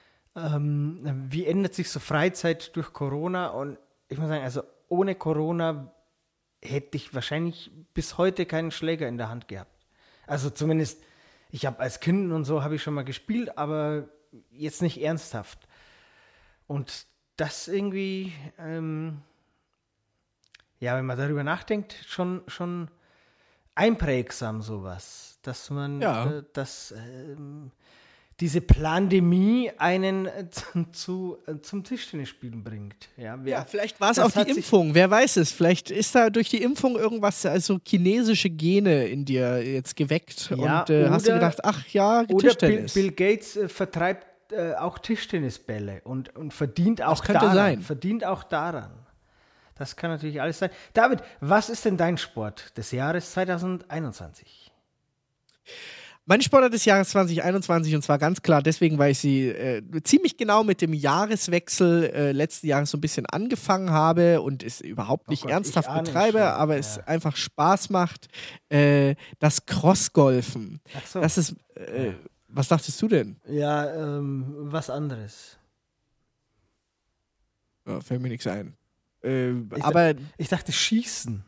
ähm, wie ändert sich so Freizeit durch Corona und ich muss sagen, also ohne Corona hätte ich wahrscheinlich bis heute keinen Schläger in der Hand gehabt. Also zumindest, ich habe als Kind und so habe ich schon mal gespielt, aber jetzt nicht ernsthaft. Und das irgendwie, ähm, ja, wenn man darüber nachdenkt, schon, schon einprägsam sowas, dass man, Ja. äh, dass ähm, diese Plandemie einen äh, zu, zu, äh, zum Tischtennisspielen bringt. Ja, wer, Ja, vielleicht war es das auch die hat sich- Impfung, wer weiß es. Vielleicht ist da durch die Impfung irgendwas, also chinesische Gene in dir jetzt geweckt Ja, und äh, hast du oder- gedacht, ach ja, Oder Bill, Tischtennis. Bill Gates äh, vertreibt äh, auch Tischtennisbälle und, und verdient auch könnte daran. sein. Verdient auch daran. Das kann natürlich alles sein. David, was ist denn dein Sport des Jahres zwanzig einundzwanzig? Mein Sportart des Jahres zwanzig einundzwanzig, und zwar ganz klar deswegen, weil ich sie äh, ziemlich genau mit dem Jahreswechsel äh, letzten Jahres so ein bisschen angefangen habe und es überhaupt nicht Gott, ernsthaft ich ahne betreibe, schon, aber ja. es einfach Spaß macht. Äh, das Crossgolfen. Ach so. Das ist, äh, was dachtest du denn? Ja, ähm, was anderes. Ja, fällt mir nichts ein. Äh, Ich aber Ich dachte Schießen.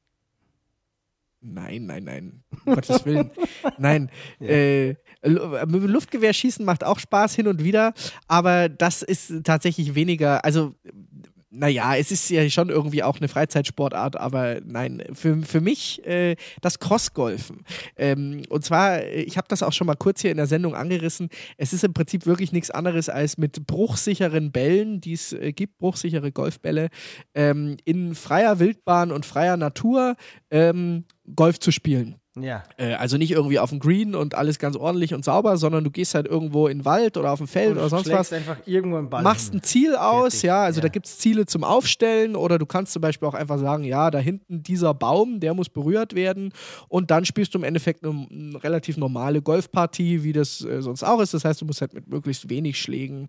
nein, nein, nein. Um Gottes Willen. Nein. Äh, Lu- mit dem Luftgewehrschießen macht auch Spaß hin und wieder, aber das ist tatsächlich weniger, also naja, es ist ja schon irgendwie auch eine Freizeitsportart, aber nein, für, für mich äh, das Crossgolfen. Ähm, und zwar, äh, ich habe das auch schon mal kurz hier in der Sendung angerissen, es ist im Prinzip wirklich nichts anderes als mit bruchsicheren Bällen, die es äh, gibt, bruchsichere Golfbälle, ähm, in freier Wildbahn und freier Natur ähm, Golf zu spielen. Ja. Äh, also nicht irgendwie auf dem Green und alles ganz ordentlich und sauber, sondern du gehst halt irgendwo in den Wald oder auf dem Feld Und oder sonst schlägst was. einfach irgendwo einen Ball Machst hin. ein Ziel aus, Fertig, ja, also ja. da gibt es Ziele zum Aufstellen oder du kannst zum Beispiel auch einfach sagen, ja, da hinten dieser Baum, der muss berührt werden und dann spielst du im Endeffekt eine, eine relativ normale Golfpartie, wie das äh, sonst auch ist. Das heißt, du musst halt mit möglichst wenig Schlägen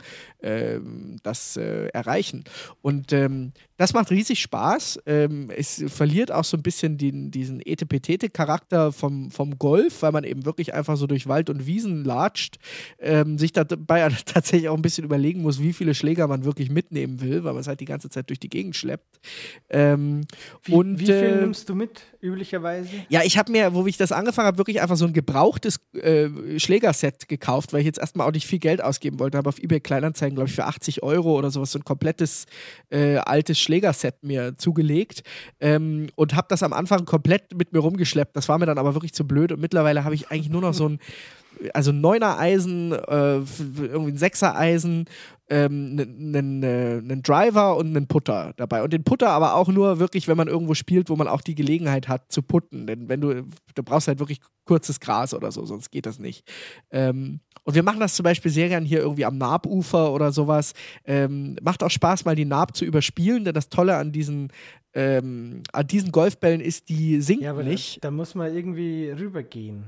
ähm, das äh, erreichen. Und ähm, das macht riesig Spaß. Ähm, es verliert auch so ein bisschen den, diesen Etepetete-Charakter vom, vom Golf, weil man eben wirklich einfach so durch Wald und Wiesen latscht, ähm, sich dabei tatsächlich auch ein bisschen überlegen muss, wie viele Schläger man wirklich mitnehmen will, weil man es halt die ganze Zeit durch die Gegend schleppt. Ähm, Wie, und, wie viel äh, nimmst du mit, üblicherweise? ja, ich habe mir, wo ich das angefangen habe, wirklich einfach so ein gebrauchtes äh, Schlägerset gekauft, weil ich jetzt erstmal auch nicht viel Geld ausgeben wollte. Habe auf eBay Kleinanzeigen, glaube ich, für achtzig Euro oder sowas so ein komplettes äh, altes Schlägerset mir zugelegt ähm, und habe das am Anfang komplett mit mir rumgeschleppt. Das war mir dann aber wirklich zu blöd und mittlerweile habe ich eigentlich nur noch so ein also ein Neuner Eisen, äh, irgendwie ein Sechser Eisen, ähm, einen äh, Driver und einen Putter dabei. Und den Putter aber auch nur wirklich, wenn man irgendwo spielt, wo man auch die Gelegenheit hat zu putten. Denn wenn du, du brauchst halt wirklich kurzes Gras oder so, sonst geht das nicht. Ähm, und wir machen das zum Beispiel sehr gern hier irgendwie am Naabufer oder sowas. Ähm, macht auch Spaß, mal die Naab zu überspielen, denn das Tolle an diesen ähm, an diesen Golfbällen ist, die sinken Ja, aber nicht. Da, da muss man irgendwie rübergehen.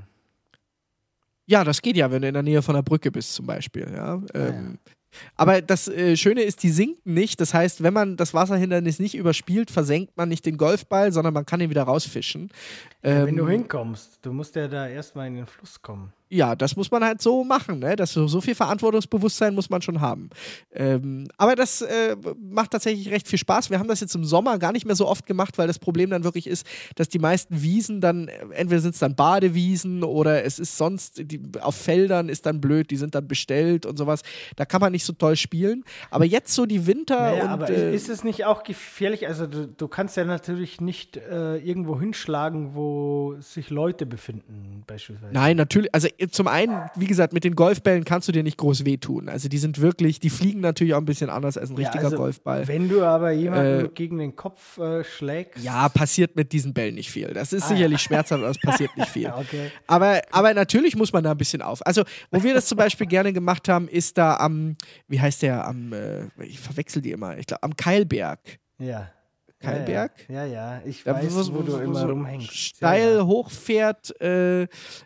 Ja, das geht ja, wenn du in der Nähe von der Brücke bist zum Beispiel. Ja. Ähm, ja. Aber das äh, Schöne ist, die sinken nicht. Das heißt, wenn man das Wasserhindernis nicht überspielt, versenkt man nicht den Golfball, sondern man kann ihn wieder rausfischen. Ja, wenn du Ähm, hinkommst, du musst ja da erstmal in den Fluss kommen. Ja, das muss man halt so machen, ne? Das, so, so viel Verantwortungsbewusstsein muss man schon haben. Ähm, aber das äh, macht tatsächlich recht viel Spaß. Wir haben das jetzt im Sommer gar nicht mehr so oft gemacht, weil das Problem dann wirklich ist, dass die meisten Wiesen dann, entweder sind es dann Badewiesen oder es ist sonst, die, auf Feldern ist dann blöd, die sind dann bestellt und sowas. Da kann man nicht so toll spielen. Aber jetzt so die Winter Naja, und aber äh, ist es nicht auch gefährlich? Also du, du kannst ja natürlich nicht äh, irgendwo hinschlagen, wo sich Leute befinden, beispielsweise. Nein, natürlich. Also zum einen, wie gesagt, mit den Golfbällen kannst du dir nicht groß wehtun. Also die sind wirklich, die fliegen natürlich auch ein bisschen anders als ein Ja, richtiger also, Golfball. Wenn du aber jemanden Äh, gegen den Kopf äh, schlägst. Ja, passiert mit diesen Bällen nicht viel. Das ist Ah, sicherlich ja. schmerzhaft, aber es passiert nicht viel. Ja, okay. Aber, aber natürlich muss man da ein bisschen auf. Also, wo wir das zum Beispiel gerne gemacht haben, ist da am, wie heißt der, am, äh, ich verwechsel die immer, ich glaube, am Keilberg. Ja. Keilberg? Ja, ja, ja. ich Da, weiß, wo, du immer so rumhängst. steil Ja, hochfährt. Äh,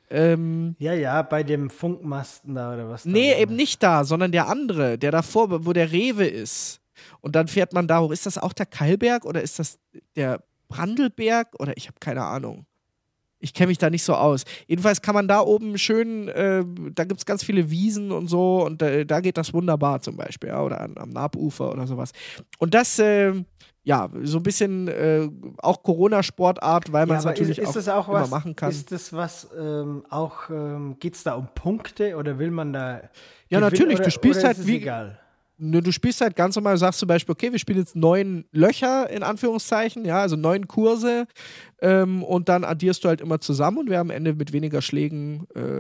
ähm, ja. ja, ja, bei dem Funkmasten da oder was. da nee, oben. eben nicht da, sondern der andere, der davor, wo der Rewe ist. Und dann fährt man da hoch. Ist das auch der Keilberg oder ist das der Brandelberg? Oder ich habe keine Ahnung. Ich kenne mich da nicht so aus. Jedenfalls kann man da oben schön, äh, da gibt es ganz viele Wiesen und so und äh, da geht das wunderbar zum Beispiel, ja, oder an, am Naabufer oder sowas. Und das, äh, ja, so ein bisschen äh, auch Corona-Sportart, weil man Ja, es aber natürlich ist, ist auch, das auch immer was, machen kann. Ist das was ähm, auch, ähm, geht es da um Punkte oder will man da. Ja, gewinnen, natürlich, oder, du spielst oder halt ist es wie- egal. Ne, du spielst halt ganz normal, du sagst zum Beispiel, okay, wir spielen jetzt neun Löcher in Anführungszeichen, ja, also neun Kurse ähm, und dann addierst du halt immer zusammen und wer am Ende mit weniger Schlägen äh,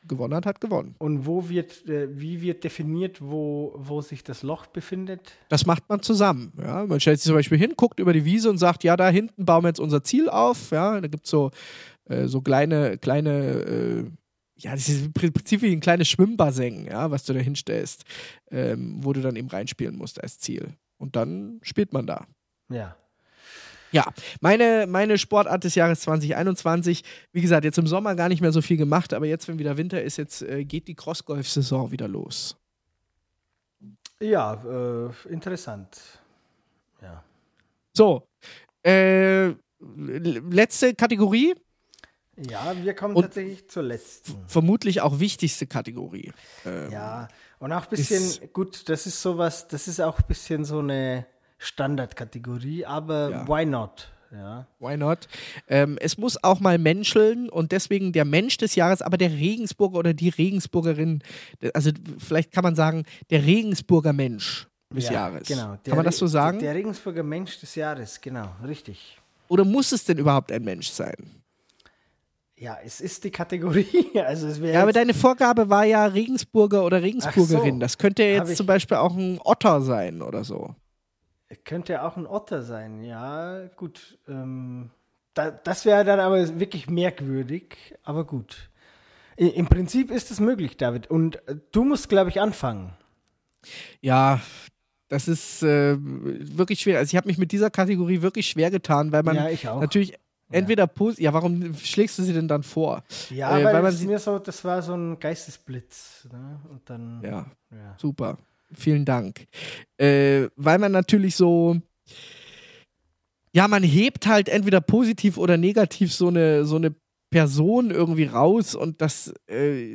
gewonnen hat, hat gewonnen. Und wo wird, äh, wie wird definiert, wo, wo sich das Loch befindet? Das macht man zusammen. Ja? Man stellt sich zum Beispiel hin, guckt über die Wiese und sagt, ja, da hinten bauen wir jetzt unser Ziel auf. Ja? Da gibt es so, äh, so kleine, kleine äh, ja, das ist im Prinzip wie ein kleines Schwimmbassin, ja, was du da hinstellst, ähm, wo du dann eben reinspielen musst als Ziel. Und dann spielt man da. Ja. Ja, meine, meine Sportart des Jahres zwanzig einundzwanzig, wie gesagt, jetzt im Sommer gar nicht mehr so viel gemacht, aber jetzt, wenn wieder Winter ist, jetzt äh, geht die Crossgolf-Saison wieder los. Ja, äh, interessant. Ja. So, äh, letzte Kategorie. Ja, wir kommen Und tatsächlich zur letzten. Vermutlich auch wichtigste Kategorie. Ähm, Ja, und auch ein bisschen, ist- gut, das ist sowas, das ist auch ein bisschen so eine Standardkategorie, aber Ja. why not? Ja. Why not? Ähm, es muss auch mal menscheln und deswegen der Mensch des Jahres, aber der Regensburger oder die Regensburgerin, also vielleicht kann man sagen, der Regensburger Mensch des ja, Jahres. Genau. Kann man das so Re- sagen? Der Regensburger Mensch des Jahres, genau, richtig. Oder muss es denn überhaupt ein Mensch sein? Ja, es ist die Kategorie. Also es wäre Ja, aber jetzt- deine Vorgabe war ja Regensburger oder Regensburgerin. Ach so. Das könnte ja Hab jetzt ich- zum Beispiel auch ein Otter sein oder so. Könnte auch ein Otter sein, ja, gut. Ähm, da, das wäre dann aber wirklich merkwürdig, aber gut. I, Im Prinzip ist es möglich, David. Und äh, du musst, glaube ich, anfangen. Ja, das ist äh, wirklich schwer. Also ich habe mich mit dieser Kategorie wirklich schwer getan, weil man Ja, ich auch. natürlich entweder pos- ja, warum schlägst du sie denn dann vor? Ja, Äh, weil, weil man es sie- mir so, das war so ein Geistesblitz. Ne? Und dann, Ja, ja. super. Vielen Dank. Äh, weil man natürlich so, ja, man hebt halt entweder positiv oder negativ so eine, so eine Person irgendwie raus und das, äh,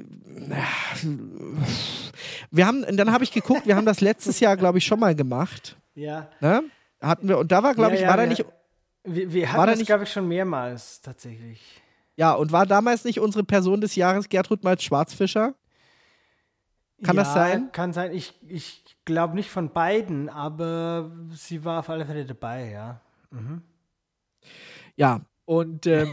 wir haben, dann habe ich geguckt, wir haben das letztes Jahr, glaube ich, schon mal gemacht. Ja. Ne? Hatten wir, und da war, glaube Ja, ich, ja, war da wir- nicht, Wir, wir War hatten da das, nicht- glaube ich, schon mehrmals tatsächlich. ja, und war damals nicht unsere Person des Jahres Gertrud Malz-Schwarzfischer? Kann ja, das sein? Kann sein. Ich, ich glaube nicht von beiden, aber sie war auf alle Fälle dabei, ja. Ja, und ähm,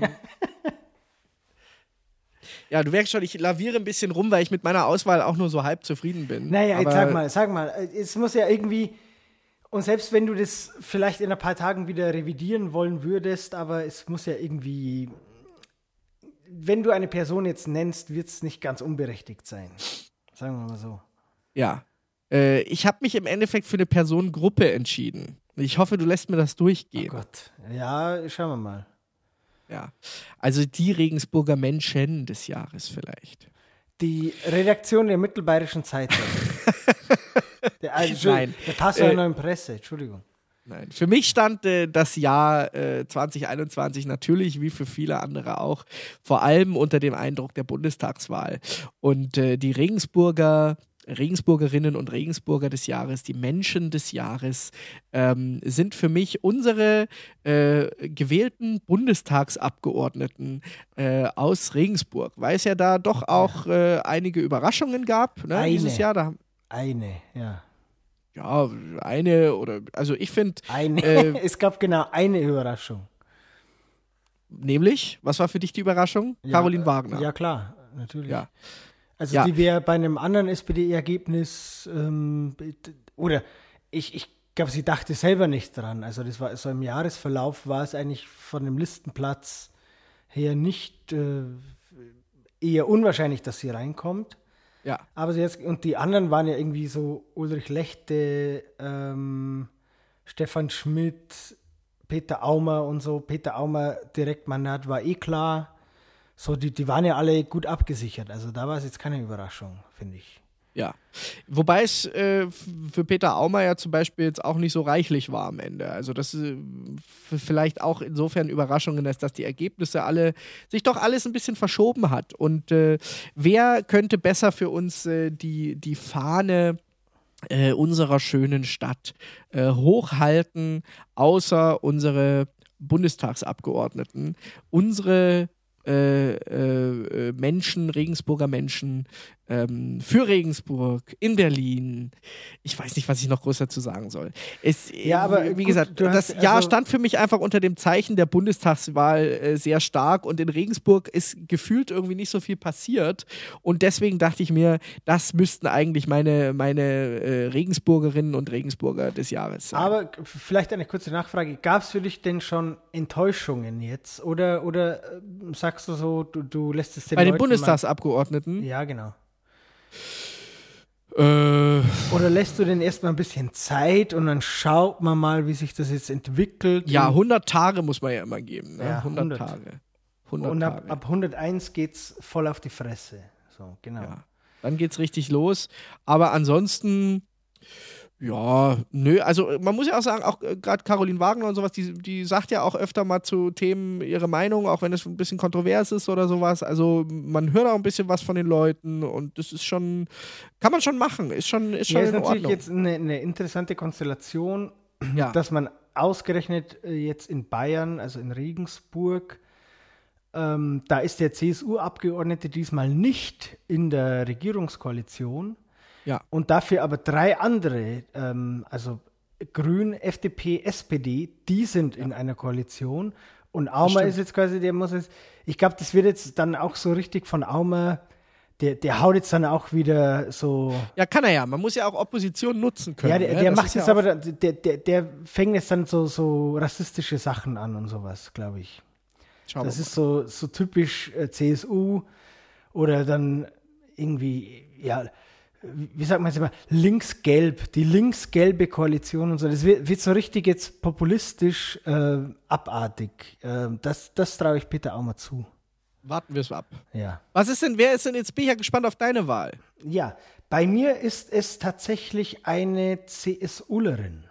ja, du merkst schon, ich laviere ein bisschen rum, weil ich mit meiner Auswahl auch nur so halb zufrieden bin. Naja, jetzt Aber- sag mal, sag mal, es muss ja irgendwie, und selbst wenn du das vielleicht in ein paar Tagen wieder revidieren wollen würdest, aber es muss ja irgendwie, wenn du eine Person jetzt nennst, wird es nicht ganz unberechtigt sein. Sagen wir mal so. Ja. Äh, ich habe mich im Endeffekt für eine Personengruppe entschieden. Ich hoffe, du lässt mir das Oh durchgehen. Gott. Ja, schauen wir mal. Ja. Also die Regensburger Menschen des Jahres vielleicht. Die Redaktion der Mittelbayerischen Zeitung. der, also, Nein. Der Passauer Äh, Neuen Presse, Entschuldigung. Nein. Für mich stand äh, das Jahr äh, zwanzig einundzwanzig natürlich, wie für viele andere auch, vor allem unter dem Eindruck der Bundestagswahl. Und äh, die Regensburger, Regensburgerinnen und Regensburger des Jahres, die Menschen des Jahres, ähm, sind für mich unsere äh, gewählten Bundestagsabgeordneten äh, aus Regensburg, weil es ja da doch auch äh, einige Überraschungen gab, ne, Eine. dieses Jahr. Da, Eine, ja. ja, eine oder, also ich finde, Eine. Äh, es gab genau eine Überraschung. nämlich, was war für dich die Überraschung? Ja, Caroline Wagner. Ja, klar, natürlich. Ja. Also Ja. die wäre bei einem anderen S P D-Ergebnis ähm, oder ich, ich glaube, sie dachte selber nicht dran. Also das war so im Jahresverlauf war es eigentlich von dem Listenplatz her nicht äh, eher unwahrscheinlich, dass sie reinkommt. Ja. Aber sie jetzt, und die anderen waren ja irgendwie so Ulrich Lechte, ähm, Stefan Schmidt, Peter Aumer und so. Peter Aumer Direktmandat war eh klar. So, die, die waren ja alle gut abgesichert. Also da war es jetzt keine Überraschung, finde ich. Ja. Wobei es äh, f- für Peter Aumer ja zum Beispiel jetzt auch nicht so reichlich war am Ende. Also das äh, f- vielleicht auch insofern Überraschungen ist, dass die Ergebnisse alle, sich doch alles ein bisschen verschoben hat. Und äh, wer könnte besser für uns äh, die, die Fahne äh, unserer schönen Stadt äh, hochhalten, außer unsere Bundestagsabgeordneten, unsere äh, äh, Menschen, Regensburger Menschen, ähm, für Regensburg, in Berlin. Ich weiß nicht, was ich noch größer zu sagen soll. Es, Ja, aber wie gut, gesagt, du das hast- Jahr also- stand für mich einfach unter dem Zeichen der Bundestagswahl äh, sehr stark und in Regensburg ist gefühlt irgendwie nicht so viel passiert und deswegen dachte ich mir, das müssten eigentlich meine, meine äh, Regensburgerinnen und Regensburger des Jahres sein. Aber k- vielleicht eine kurze Nachfrage. Gab es für dich denn schon Enttäuschungen jetzt? Oder, oder äh, sagst du so, du, du lässt es den Bei den Leuten Bundestagsabgeordneten? mal... Ja, genau. Äh, Oder lässt du denn erstmal ein bisschen Zeit und dann schaut man mal, wie sich das jetzt entwickelt? ja, und, hundert Tage muss man ja immer geben. Ne? Ja, hundert hundert. Tage. hundert und ab, Tage. ab hunderteins geht's voll auf die Fresse. So, genau. Ja. Dann geht's richtig los. Aber ansonsten, ja, nö, also man muss ja auch sagen, auch äh, gerade Caroline Wagner und sowas, die, die sagt ja auch öfter mal zu Themen ihre Meinung, auch wenn es ein bisschen kontrovers ist oder sowas. Also man hört auch ein bisschen was von den Leuten und das ist schon, kann man schon machen, ist schon, ist schon Ja, ist in natürlich Ordnung. jetzt eine, eine interessante Konstellation, ja. dass man ausgerechnet äh, jetzt in Bayern, also in Regensburg, ähm, da ist der C S U-Abgeordnete diesmal nicht in der Regierungskoalition Ja. und dafür aber drei andere, ähm, also Grün, F D P, S P D, die sind in einer Koalition und Aumer stimmt. ist jetzt quasi, der muss jetzt, ich glaube, das wird jetzt dann auch so richtig von Aumer, der, der haut jetzt dann auch wieder so... ja, kann er ja. Man muss ja auch Opposition nutzen können. Ja, der, ne? der Das macht ist jetzt ja auch- aber, der, der, der fängt jetzt dann so, so rassistische Sachen an und sowas, glaube ich. Schauen Das wir ist so, so typisch äh, C S U oder dann irgendwie, ja, wie wie sagt man es immer, links-gelb, die links-gelbe Koalition und so. Das wird, wird so richtig jetzt populistisch äh, abartig. Äh, das das traue ich Peter auch mal zu. mal. Warten wir es ab. Ja. Was ist denn, wer ist denn, jetzt bin ich ja gespannt auf deine Wahl. Ja, bei mir ist es tatsächlich eine CSUlerin.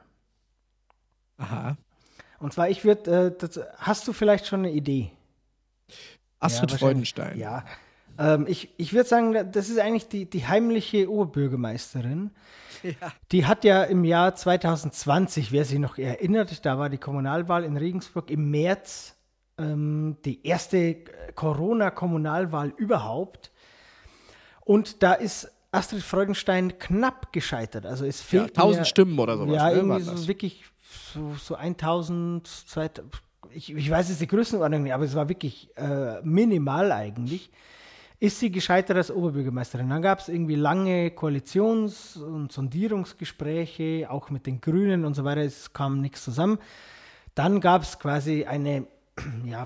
Aha. Und zwar, ich würde, äh, hast du vielleicht schon eine Idee? Astrid Ja, Freudenstein. Ja. Ähm, ich ich würde sagen, das ist eigentlich die, die heimliche Oberbürgermeisterin. Ja. Die hat ja im Jahr zwanzig zwanzig, wer sich noch erinnert, da war die Kommunalwahl in Regensburg im März, ähm, die erste Corona-Kommunalwahl überhaupt. Und da ist Astrid Freudenstein knapp gescheitert. Also es Ja, fehlt tausend mir, Stimmen oder sowas. Ja, ne, irgendwie waren so das. wirklich so, so tausend, zweitausend, ich, ich weiß jetzt die Größenordnung nicht, aber es war wirklich äh, minimal eigentlich. Ist sie gescheitert als Oberbürgermeisterin. Dann gab es irgendwie lange Koalitions- und Sondierungsgespräche, auch mit den Grünen und so weiter. Es kam nichts zusammen. Dann gab es quasi eine ja,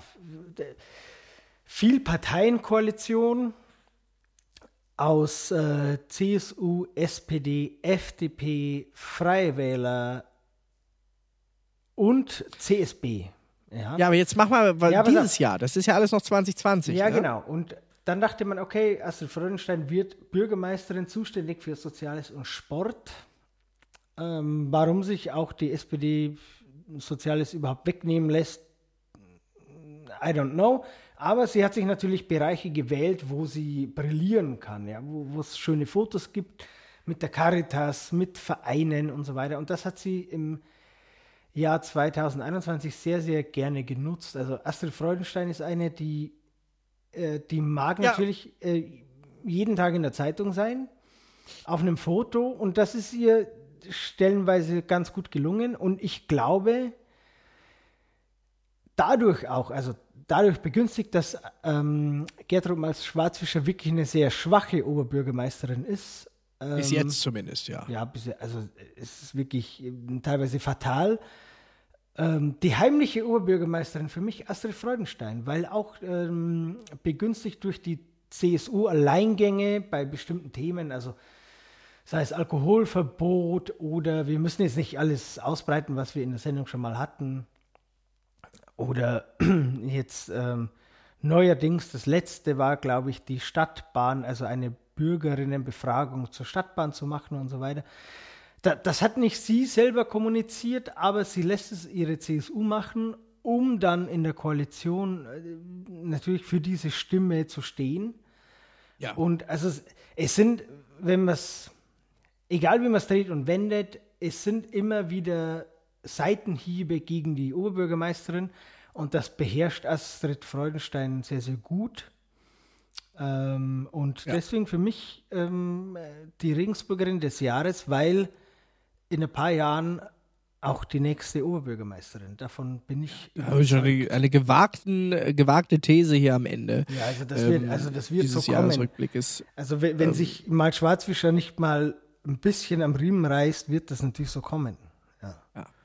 Vielparteienkoalition aus äh, C S U, S P D, F D P, Freie Wähler und C S B. Ja, Ja, aber jetzt mach mal, weil Ja, pass dieses auf. Jahr, das ist ja alles noch zwanzig zwanzig. ja ne? genau. Und dann dachte man, okay, Astrid Freudenstein wird Bürgermeisterin, zuständig für Soziales und Sport. Ähm, warum sich auch die S P D Soziales überhaupt wegnehmen lässt, I don't know. Aber sie hat sich natürlich Bereiche gewählt, wo sie brillieren kann, ja, wo wo es schöne Fotos gibt mit der Caritas, mit Vereinen und so weiter. Und das hat sie im Jahr zwanzig einundzwanzig sehr, sehr gerne genutzt. Also Astrid Freudenstein ist eine, die, äh, die mag Ja. natürlich äh, jeden Tag in der Zeitung sein, auf einem Foto. Und das ist ihr stellenweise ganz gut gelungen. Und ich glaube, dadurch auch, also dadurch begünstigt, dass ähm, Gertrud Malz-Schwarzfischer wirklich eine sehr schwache Oberbürgermeisterin ist. Ähm, Bis jetzt zumindest, ja. Ja, bis- also es ist wirklich ähm, teilweise fatal. Ähm, die heimliche Oberbürgermeisterin für mich Astrid Freudenstein, weil auch ähm, begünstigt durch die C S U-Alleingänge bei bestimmten Themen, also sei es Alkoholverbot oder wir müssen jetzt nicht alles ausbreiten, was wir in der Sendung schon mal hatten. Oder jetzt ähm, neuerdings, das letzte war, glaube ich, die Stadtbahn, also eine Bürgerinnenbefragung zur Stadtbahn zu machen und so weiter. Da, das hat nicht sie selber kommuniziert, aber sie lässt es ihre C S U machen, um dann in der Koalition äh, natürlich für diese Stimme zu stehen. Ja. Und also es, es sind, wenn man es, egal wie man es dreht und wendet, es sind immer wieder Seitenhiebe gegen die Oberbürgermeisterin und das beherrscht Astrid Freudenstein sehr, sehr gut. Ähm, und Ja. deswegen für mich ähm, die Regensburgerin des Jahres, weil in ein paar Jahren auch die nächste Oberbürgermeisterin. Davon bin ich Habe ich schon überzeugt. eine, eine gewagten, äh, gewagte These hier am Ende. Ja, also das wird, ähm, also das wird so dieses kommen. Jahresrückblick ist. Also wenn, wenn sich mal Schwarzwischer nicht mal ein bisschen am Riemen reißt, wird das natürlich so kommen. Ja,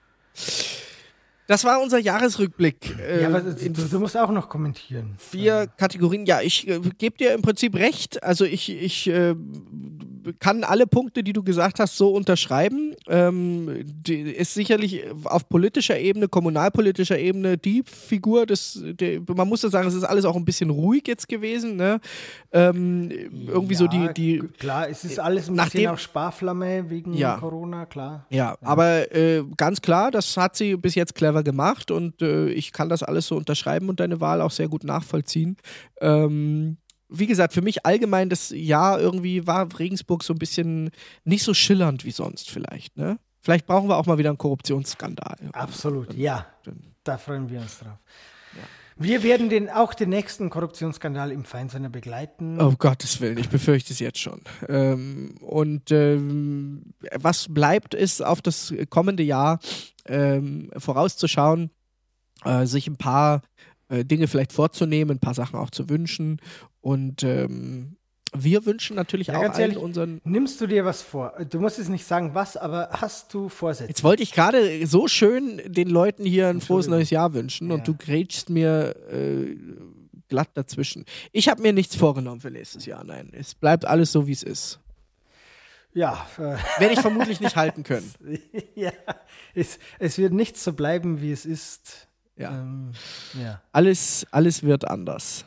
Das war unser Jahresrückblick. Äh, ja aber in du, du musst auch noch kommentieren. vier Kategorien. Ja, ich äh, gebe dir im Prinzip recht. Also ich, ich äh, kann alle Punkte, die du gesagt hast, so unterschreiben. Ähm, die ist sicherlich auf politischer Ebene, kommunalpolitischer Ebene die Figur des, der, man muss ja sagen, es ist alles auch ein bisschen ruhig jetzt gewesen. Ne? Ähm, irgendwie ja, so die, die g- Klar, es ist alles ein nachdem- bisschen auf Sparflamme wegen Ja. Corona, klar. Ja, aber äh, ganz klar, das hat sie bis jetzt clever gemacht und äh, ich kann das alles so unterschreiben und deine Wahl auch sehr gut nachvollziehen. Ähm, wie gesagt, für mich allgemein das Jahr irgendwie war Regensburg so ein bisschen nicht so schillernd wie sonst vielleicht. Ne? Vielleicht brauchen wir auch mal wieder einen Korruptionsskandal. Absolut, ja. Dann- Da freuen wir uns drauf. Wir werden den, auch den nächsten Korruptionsskandal im Feinsender begleiten. Oh Gottes Willen, ich befürchte es jetzt schon. Ähm, und ähm, was bleibt, ist auf das kommende Jahr ähm, vorauszuschauen, äh, sich ein paar äh, Dinge vielleicht vorzunehmen, ein paar Sachen auch zu wünschen. Und ähm, wir wünschen natürlich Ja, auch ganz allen ehrlich, unseren. Nimmst du dir was vor? Du musst jetzt nicht sagen, was, aber hast du Vorsätze? Jetzt wollte ich gerade so schön den Leuten hier ein frohes Entschuldigung. neues Jahr wünschen Ja. und du grätschst mir äh, glatt dazwischen. Ich habe mir nichts vorgenommen für nächstes Jahr, nein. Es bleibt alles so, wie es ist. Ja, äh, Werde ich vermutlich nicht halten können. ja es, es wird nicht so bleiben, wie es ist. Ja. Ähm, ja. Alles, alles wird anders.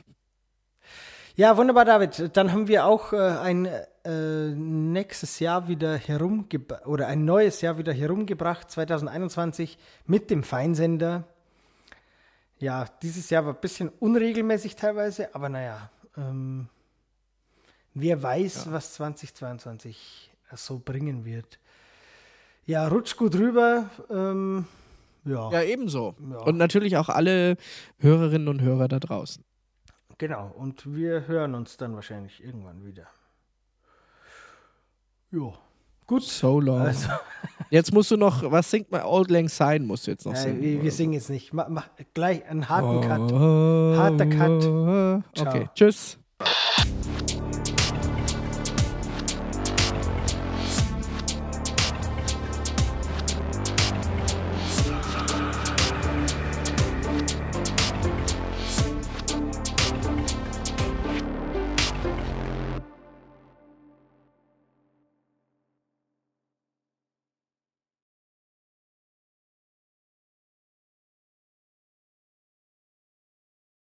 Ja, wunderbar, David. Dann haben wir auch äh, ein äh, nächstes Jahr wieder herumgebracht, oder ein neues Jahr wieder herumgebracht, zwanzig einundzwanzig, mit dem Feinsender. Ja, dieses Jahr war ein bisschen unregelmäßig teilweise, aber naja, ähm, wer weiß, was zwanzig zweiundzwanzig so bringen wird. Ja, rutsch gut rüber. Ähm, ja, Ja, ebenso. Ja. Und natürlich auch alle Hörerinnen und Hörer da draußen. genau. Und wir hören uns dann wahrscheinlich irgendwann wieder. Ja, gut. So long. Also, Jetzt musst du noch, was singt man? Old Lang Syne musst du jetzt noch äh, singen. wir, oder wir so. singen jetzt nicht. Mach, mach gleich einen harten Cut. Oh, Harter Cut. Okay, Ciao. tschüss.